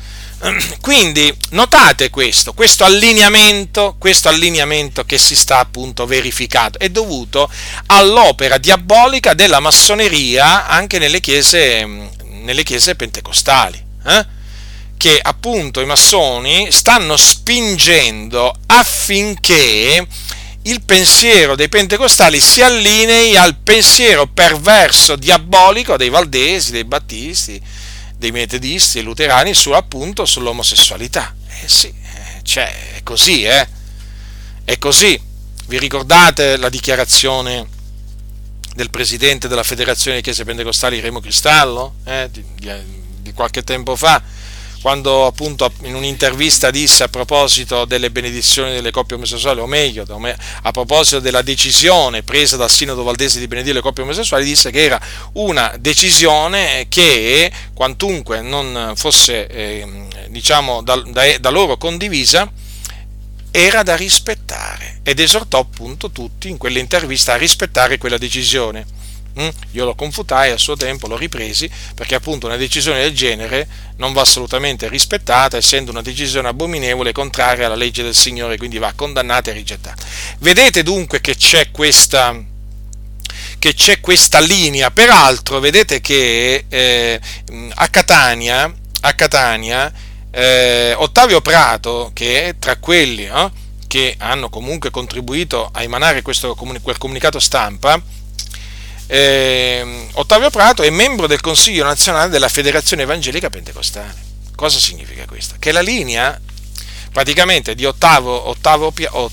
Quindi notate questo, questo allineamento, questo allineamento che si sta appunto verificando è dovuto all'opera diabolica della massoneria anche nelle chiese, nelle chiese pentecostali, eh? Che appunto i massoni stanno spingendo affinché il pensiero dei pentecostali si allinei al pensiero perverso, diabolico dei valdesi, dei battisti, dei metodisti e luterani su appunto sull'omosessualità. Eh sì, cioè, è così, eh? È così. Vi ricordate la dichiarazione del presidente della Federazione di Chiese Pentecostali, Remo Cristallo, eh? di, di, di qualche tempo fa, quando appunto in un'intervista disse a proposito delle benedizioni delle coppie omosessuali, o meglio, a proposito della decisione presa dal Sinodo Valdese di benedire le coppie omosessuali, disse che era una decisione che, quantunque non fosse eh, diciamo da, da, da loro condivisa, era da rispettare, ed esortò appunto tutti in quell'intervista a rispettare quella decisione. Io lo confutai a suo tempo, lo ripresi, perché appunto una decisione del genere non va assolutamente rispettata, essendo una decisione abominevole, contraria alla legge del Signore, quindi va condannata e rigettata. Vedete dunque che c'è questa, che c'è questa linea. Peraltro vedete che eh, a Catania, a Catania eh, Ottavio Prato, che è tra quelli eh, che hanno comunque contribuito a emanare questo, quel comunicato stampa, Eh, Ottavio Prato è membro del Consiglio Nazionale della Federazione Evangelica Pentecostale. Cosa significa questo? Che la linea praticamente di Ottavio, Ottavio,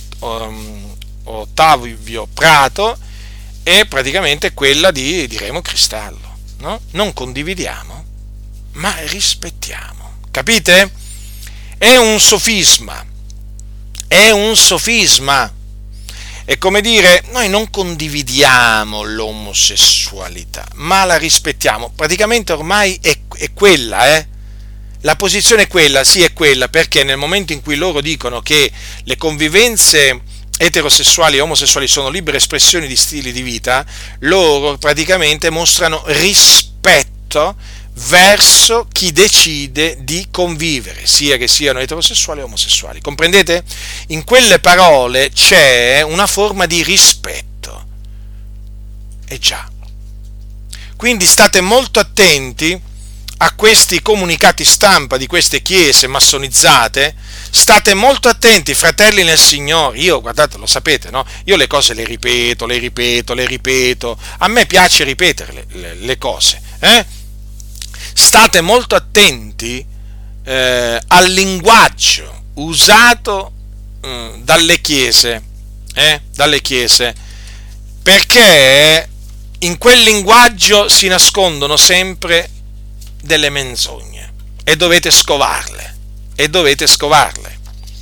Ottavio Prato è praticamente quella di, di Remo Cristallo, no? Non condividiamo, ma rispettiamo. Capite? È un sofisma, è un sofisma. È come dire, noi non condividiamo l'omosessualità, ma la rispettiamo. Praticamente ormai è, è quella, eh? La posizione è quella, sì è quella, perché nel momento in cui loro dicono che le convivenze eterosessuali e omosessuali sono libere espressioni di stili di vita, loro praticamente mostrano rispetto verso chi decide di convivere, sia che siano eterosessuali o omosessuali. Comprendete? In quelle parole c'è una forma di rispetto. E già. Quindi state molto attenti a questi comunicati stampa di queste chiese massonizzate. State molto attenti, fratelli nel Signore. Io, guardate, lo sapete, no? Io le cose le ripeto, le ripeto, le ripeto. A me piace ripetere le, le, le cose, eh? State molto attenti eh, al linguaggio usato eh, dalle chiese, eh, dalle chiese, perché in quel linguaggio si nascondono sempre delle menzogne e dovete scovarle, e dovete scovarle.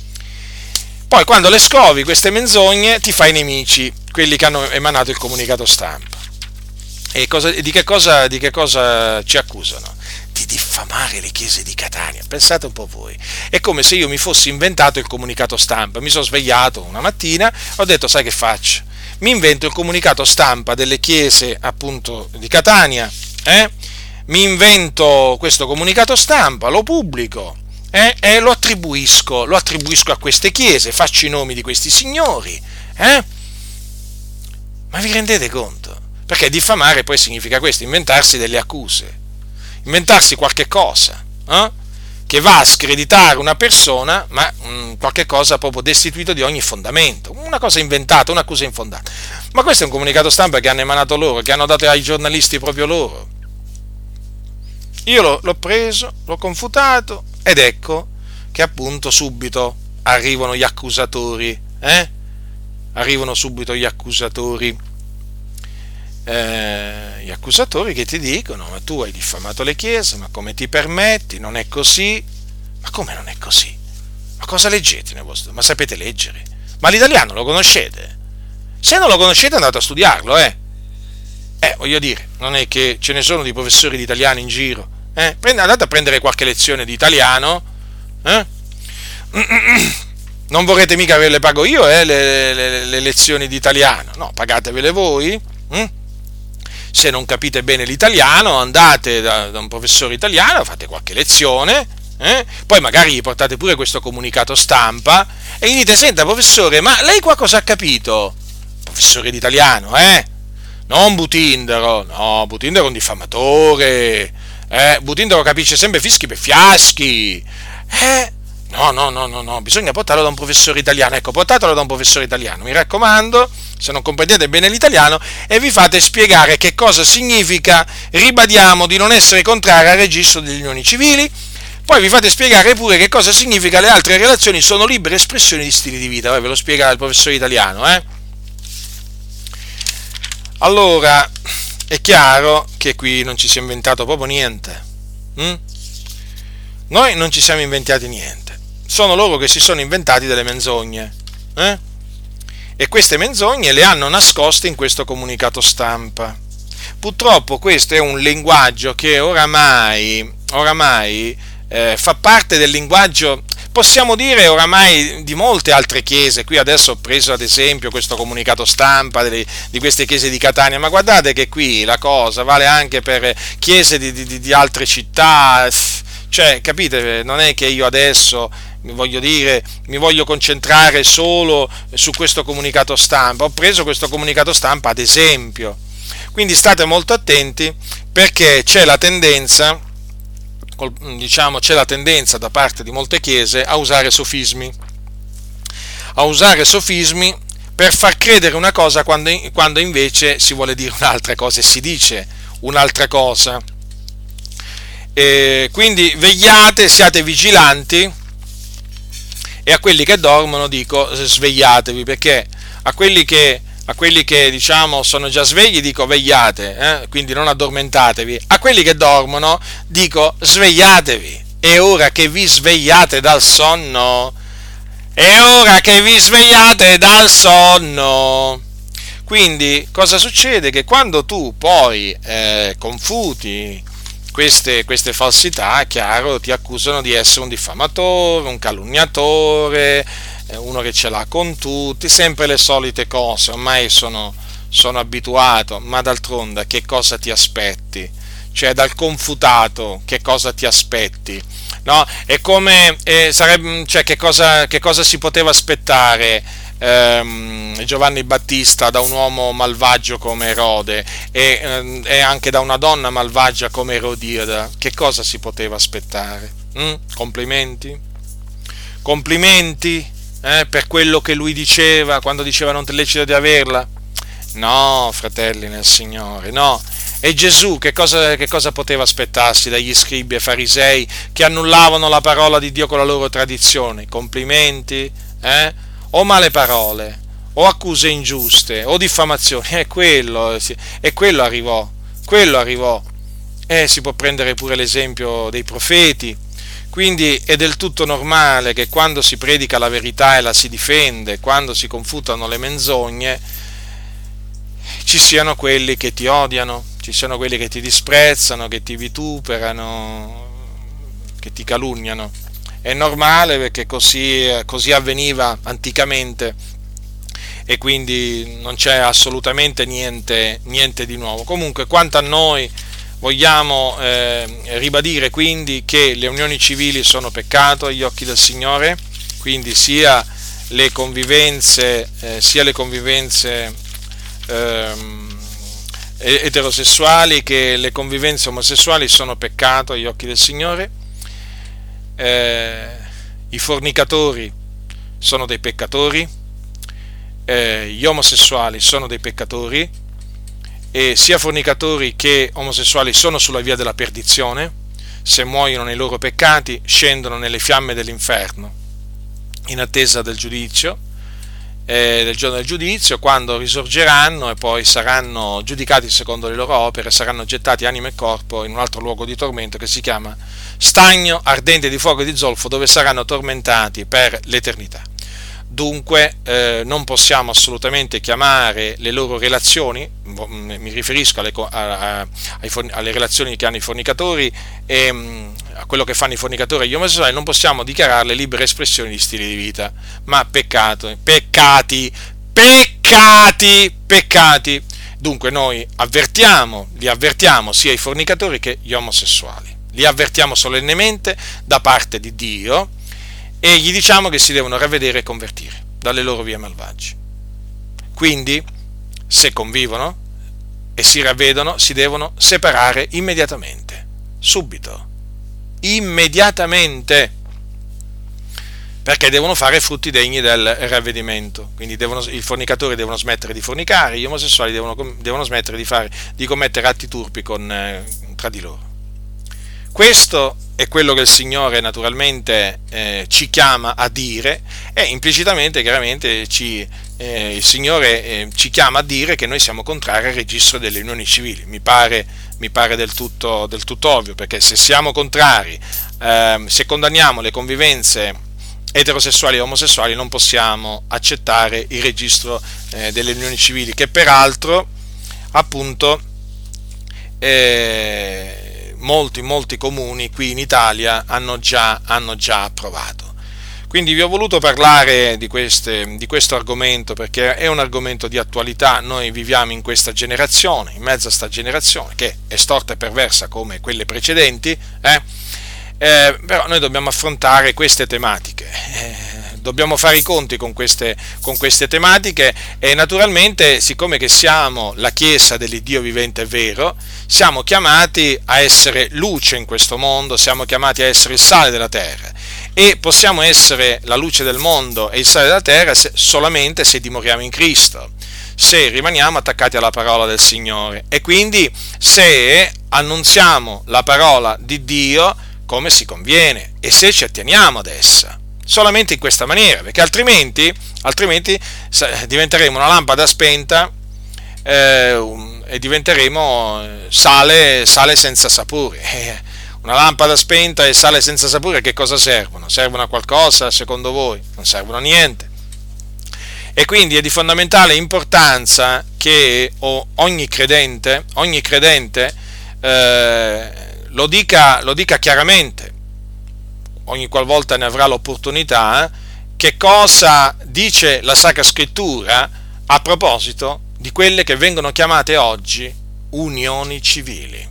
Poi quando le scovi queste menzogne ti fai nemici, quelli che hanno emanato il comunicato stampa. E cosa, di, che cosa, di che cosa ci accusano? Di diffamare le chiese di Catania. Pensate un po' voi. È come se io mi fossi inventato il comunicato stampa. Mi sono svegliato una mattina, ho detto, sai che faccio? Mi invento il comunicato stampa delle chiese appunto di Catania, eh? Mi invento questo comunicato stampa, lo pubblico eh? e lo attribuisco, lo attribuisco a queste chiese, faccio i nomi di questi signori, eh? Ma vi rendete conto? Perché diffamare poi significa questo, inventarsi delle accuse, inventarsi qualche cosa, eh? che va a screditare una persona, ma mh, qualche cosa proprio destituito di ogni fondamento, una cosa inventata, un'accusa infondata. Ma questo è un comunicato stampa che hanno emanato loro, che hanno dato ai giornalisti proprio loro. Io l'ho, l'ho preso, l'ho confutato, ed ecco che appunto subito arrivano gli accusatori, eh? Arrivano subito gli accusatori. Eh, gli accusatori che ti dicono, ma tu hai diffamato le chiese, ma come ti permetti, non è così. Ma come non è così? Ma cosa leggete nel vostro? Ma sapete leggere? Ma l'italiano lo conoscete? Se non lo conoscete andate a studiarlo, eh eh, voglio dire, non è che ce ne sono di professori di italiano in giro, eh? Andate a prendere qualche lezione di italiano, eh? Non vorrete mica che le pago io, eh, le, le, le lezioni di italiano, no, pagatevele voi, hm? Se non capite bene l'italiano, andate da, da un professore italiano, fate qualche lezione, Eh? Poi magari gli portate pure questo comunicato stampa e gli dite: senta professore, ma lei qua cosa ha capito? Professore di italiano, eh? Non Butindaro, no, Butindaro è un diffamatore, eh? Butindaro capisce sempre fischi per fiaschi, eh? No, no, no, no, no, bisogna portarlo da un professore italiano, ecco, portatelo da un professore italiano, mi raccomando, se non comprendete bene l'italiano, e vi fate spiegare che cosa significa: ribadiamo di non essere contrari al registro delle unioni civili. Poi vi fate spiegare pure che cosa significa: le altre relazioni sono libere espressioni di stili di vita. Poi ve lo spiega il professore italiano, eh? Allora, è chiaro che qui non ci si è inventato proprio niente. Hm? Noi non ci siamo inventati niente. Sono loro che si sono inventati delle menzogne. Eh? E queste menzogne le hanno nascoste in questo comunicato stampa. Purtroppo questo è un linguaggio che oramai, oramai eh, fa parte del linguaggio, possiamo dire oramai, di molte altre chiese. Qui adesso ho preso ad esempio questo comunicato stampa delle, di queste chiese di Catania, ma guardate che qui la cosa vale anche per chiese di, di, di altre città. Cioè, capite, non è che io adesso mi voglio dire, mi voglio concentrare solo su questo comunicato stampa. Ho preso questo comunicato stampa ad esempio. Quindi state molto attenti, perché c'è la tendenza, diciamo, c'è la tendenza da parte di molte chiese a usare sofismi, a usare sofismi per far credere una cosa quando, quando invece si vuole dire un'altra cosa e si dice un'altra cosa. E quindi vegliate, siate vigilanti, e a quelli che dormono dico svegliatevi, perché a quelli che a quelli che diciamo sono già svegli dico vegliate, eh? Quindi non addormentatevi. A quelli che dormono dico svegliatevi. È ora che vi svegliate dal sonno. È ora che vi svegliate dal sonno. Quindi cosa succede? Che quando tu poi eh, confuti queste, queste falsità, chiaro, ti accusano di essere un diffamatore, un calunniatore, uno che ce l'ha con tutti, sempre le solite cose. Ormai sono, sono abituato, ma d'altronde che cosa ti aspetti? Cioè, dal confutato che cosa ti aspetti? No? È come, eh, sarebbe, cioè, che cosa, che cosa si poteva aspettare ehm, Giovanni Battista da un uomo malvagio come Erode e, ehm, e anche da una donna malvagia come Erodiada? Che cosa si poteva aspettare? Mm? Complimenti? Complimenti? Eh, per quello che lui diceva quando diceva non ti è lecito di averla? No, fratelli nel Signore, no. E Gesù che cosa, che cosa poteva aspettarsi dagli scribi e farisei che annullavano la parola di Dio con la loro tradizione? Complimenti? Eh? O male parole, o accuse ingiuste, o diffamazioni. E quello, e quello arrivò, quello arrivò. E si può prendere pure l'esempio dei profeti. Quindi è del tutto normale che quando si predica la verità e la si difende, quando si confutano le menzogne, ci siano quelli che ti odiano, ci siano quelli che ti disprezzano, che ti vituperano, che ti calunniano. È normale, perché così, così avveniva anticamente e quindi non c'è assolutamente niente, niente di nuovo. Comunque, quanto a noi, vogliamo eh, ribadire quindi che le unioni civili sono peccato agli occhi del Signore, quindi sia le convivenze, eh, sia le convivenze ehm, eterosessuali che le convivenze omosessuali sono peccato agli occhi del Signore. Eh, i fornicatori sono dei peccatori, eh, gli omosessuali sono dei peccatori, e sia fornicatori che omosessuali sono sulla via della perdizione. Se muoiono nei loro peccati scendono nelle fiamme dell'inferno in attesa del giudizio, eh, del giorno del giudizio, quando risorgeranno e poi saranno giudicati secondo le loro opere, saranno gettati anima e corpo in un altro luogo di tormento che si chiama stagno ardente di fuoco e di zolfo, dove saranno tormentati per l'eternità. Dunque eh, non possiamo assolutamente chiamare le loro relazioni, mi riferisco alle, a, a, alle relazioni che hanno i fornicatori e a quello che fanno i fornicatori e gli omosessuali, non possiamo dichiararle libere espressioni di stili di vita, ma peccato, peccati, peccati, peccati. Dunque noi avvertiamo, li avvertiamo sia i fornicatori che gli omosessuali. li avvertiamo solennemente da parte di Dio e gli diciamo che si devono ravvedere e convertire dalle loro vie malvagie. Quindi, se convivono e si ravvedono, si devono separare immediatamente, subito, immediatamente, perché devono fare frutti degni del ravvedimento. Quindi devono, i fornicatori devono smettere di fornicare, gli omosessuali devono, devono smettere di, fare, di commettere atti turpi con, eh, tra di loro. Questo è quello che il Signore naturalmente eh, ci chiama a dire, e implicitamente, chiaramente, ci, eh, il Signore eh, ci chiama a dire che noi siamo contrari al registro delle unioni civili. Mi pare, mi pare del tutto, del tutto ovvio, perché se siamo contrari, eh, se condanniamo le convivenze eterosessuali e omosessuali, non possiamo accettare il registro eh, delle unioni civili, che peraltro, appunto, eh, molti, molti comuni qui in Italia hanno già, hanno già approvato. Quindi vi ho voluto parlare di, queste, di questo argomento, perché è un argomento di attualità. Noi viviamo in questa generazione, in mezzo a sta generazione, che è storta e perversa come quelle precedenti, eh? Eh, però noi dobbiamo affrontare queste tematiche, eh, dobbiamo fare i conti con queste, con queste tematiche, e naturalmente, siccome che siamo la Chiesa dell'Iddio vivente e vero, siamo chiamati a essere luce in questo mondo, siamo chiamati a essere il sale della terra, e possiamo essere la luce del mondo e il sale della terra se, solamente se dimoriamo in Cristo, se rimaniamo attaccati alla parola del Signore, e quindi se annunziamo la parola di Dio come si conviene e se ci atteniamo ad essa. Solamente in questa maniera, perché altrimenti, altrimenti diventeremo una lampada spenta eh, e diventeremo sale, sale senza sapore. Eh, una lampada spenta e sale senza sapore che cosa servono? Servono a qualcosa secondo voi? Non servono a niente. E quindi è di fondamentale importanza che ogni credente, ogni credente eh, lo dica, lo dica chiaramente, ogni qualvolta ne avrà l'opportunità, che cosa dice la Sacra Scrittura a proposito di quelle che vengono chiamate oggi unioni civili.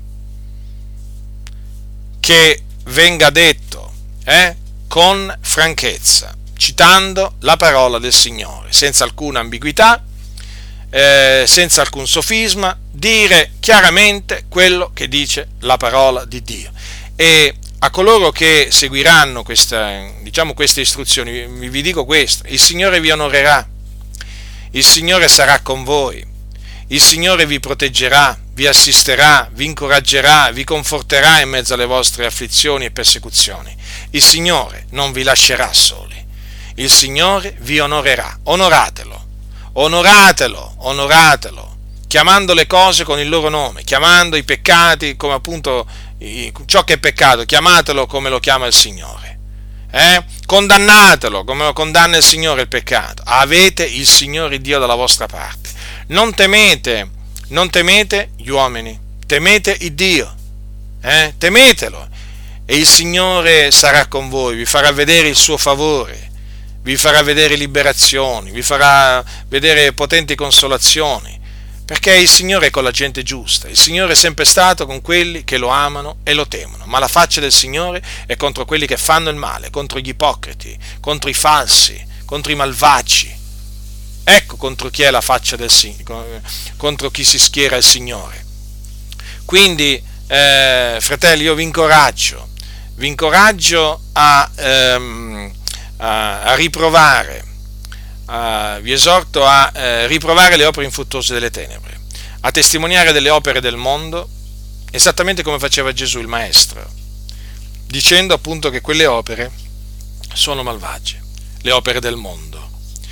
Che venga detto eh, con franchezza, citando la parola del Signore, senza alcuna ambiguità, eh, senza alcun sofisma, dire chiaramente quello che dice la parola di Dio. E a coloro che seguiranno questa, diciamo, queste istruzioni, vi, vi dico questo: il Signore vi onorerà, il Signore sarà con voi, il Signore vi proteggerà, vi assisterà, vi incoraggerà, vi conforterà in mezzo alle vostre afflizioni e persecuzioni. Il Signore non vi lascerà soli, il Signore vi onorerà. Onoratelo, onoratelo, onoratelo, chiamando le cose con il loro nome, chiamando i peccati come appunto ciò che è peccato, chiamatelo come lo chiama il Signore, eh? Condannatelo come lo condanna il Signore il peccato. Avete il Signore Dio dalla vostra parte. Non temete, non temete gli uomini, temete il Dio, eh? Temetelo, e il Signore sarà con voi, vi farà vedere il suo favore, vi farà vedere liberazioni, vi farà vedere potenti consolazioni, perché il Signore è con la gente giusta, il Signore è sempre stato con quelli che lo amano e lo temono, ma la faccia del Signore è contro quelli che fanno il male, contro gli ipocriti, contro i falsi, contro i malvagi. Ecco contro chi è la faccia del Signore, contro chi si schiera il Signore. Quindi, eh, fratelli, io vi incoraggio, vi incoraggio a, ehm, a, a riprovare, Uh, vi esorto a uh, riprovare le opere infruttuose delle tenebre, a testimoniare delle opere del mondo, esattamente come faceva Gesù il Maestro, dicendo appunto che quelle opere sono malvagie, le opere del mondo.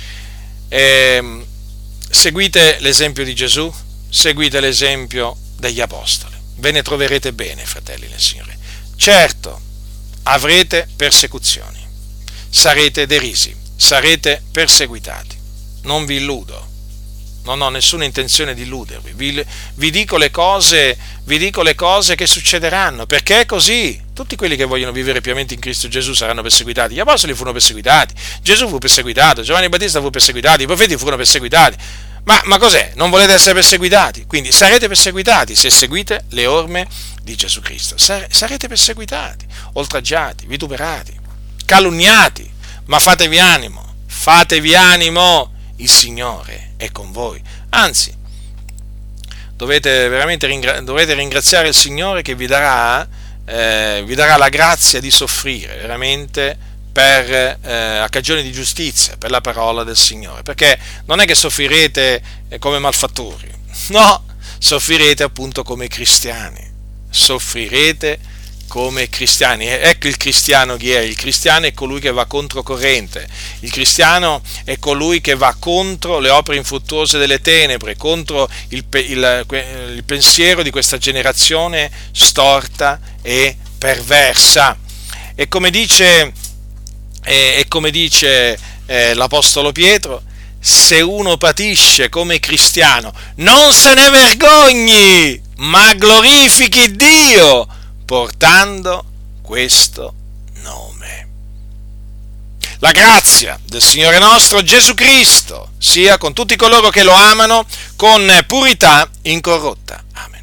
E, seguite l'esempio di Gesù, seguite l'esempio degli Apostoli, ve ne troverete bene, fratelli nel Signore. Certo, avrete persecuzioni, sarete derisi, sarete perseguitati, non vi illudo, non ho nessuna intenzione di illudervi, vi, vi dico le cose, vi dico le cose che succederanno, perché è così. Tutti quelli che vogliono vivere pienamente in Cristo Gesù saranno perseguitati. Gli apostoli furono perseguitati, Gesù fu perseguitato, Giovanni Battista fu perseguitato, i profeti furono perseguitati, Ma, ma cos'è? Non volete essere perseguitati? Quindi sarete perseguitati se seguite le orme di Gesù Cristo. Sarete perseguitati, oltraggiati, vituperati, calunniati, ma fatevi animo, fatevi animo, il Signore è con voi. Anzi, dovete veramente ringra- dovete ringraziare il Signore che vi darà, eh, vi darà la grazia di soffrire veramente per, eh, a cagione di giustizia, per la parola del Signore, perché non è che soffrirete come malfattori, no, soffrirete appunto come cristiani, soffrirete come cristiani. Ecco il cristiano chi è? Il cristiano è colui che va controcorrente, il cristiano è colui che va contro le opere infruttuose delle tenebre, contro il, il, il pensiero di questa generazione storta e perversa. E come dice E, e come dice eh, l'Apostolo Pietro, se uno patisce come cristiano, non se ne vergogni, ma glorifichi Dio, portando questo nome. La grazia del Signore nostro Gesù Cristo sia con tutti coloro che lo amano con purità incorrotta. Amen.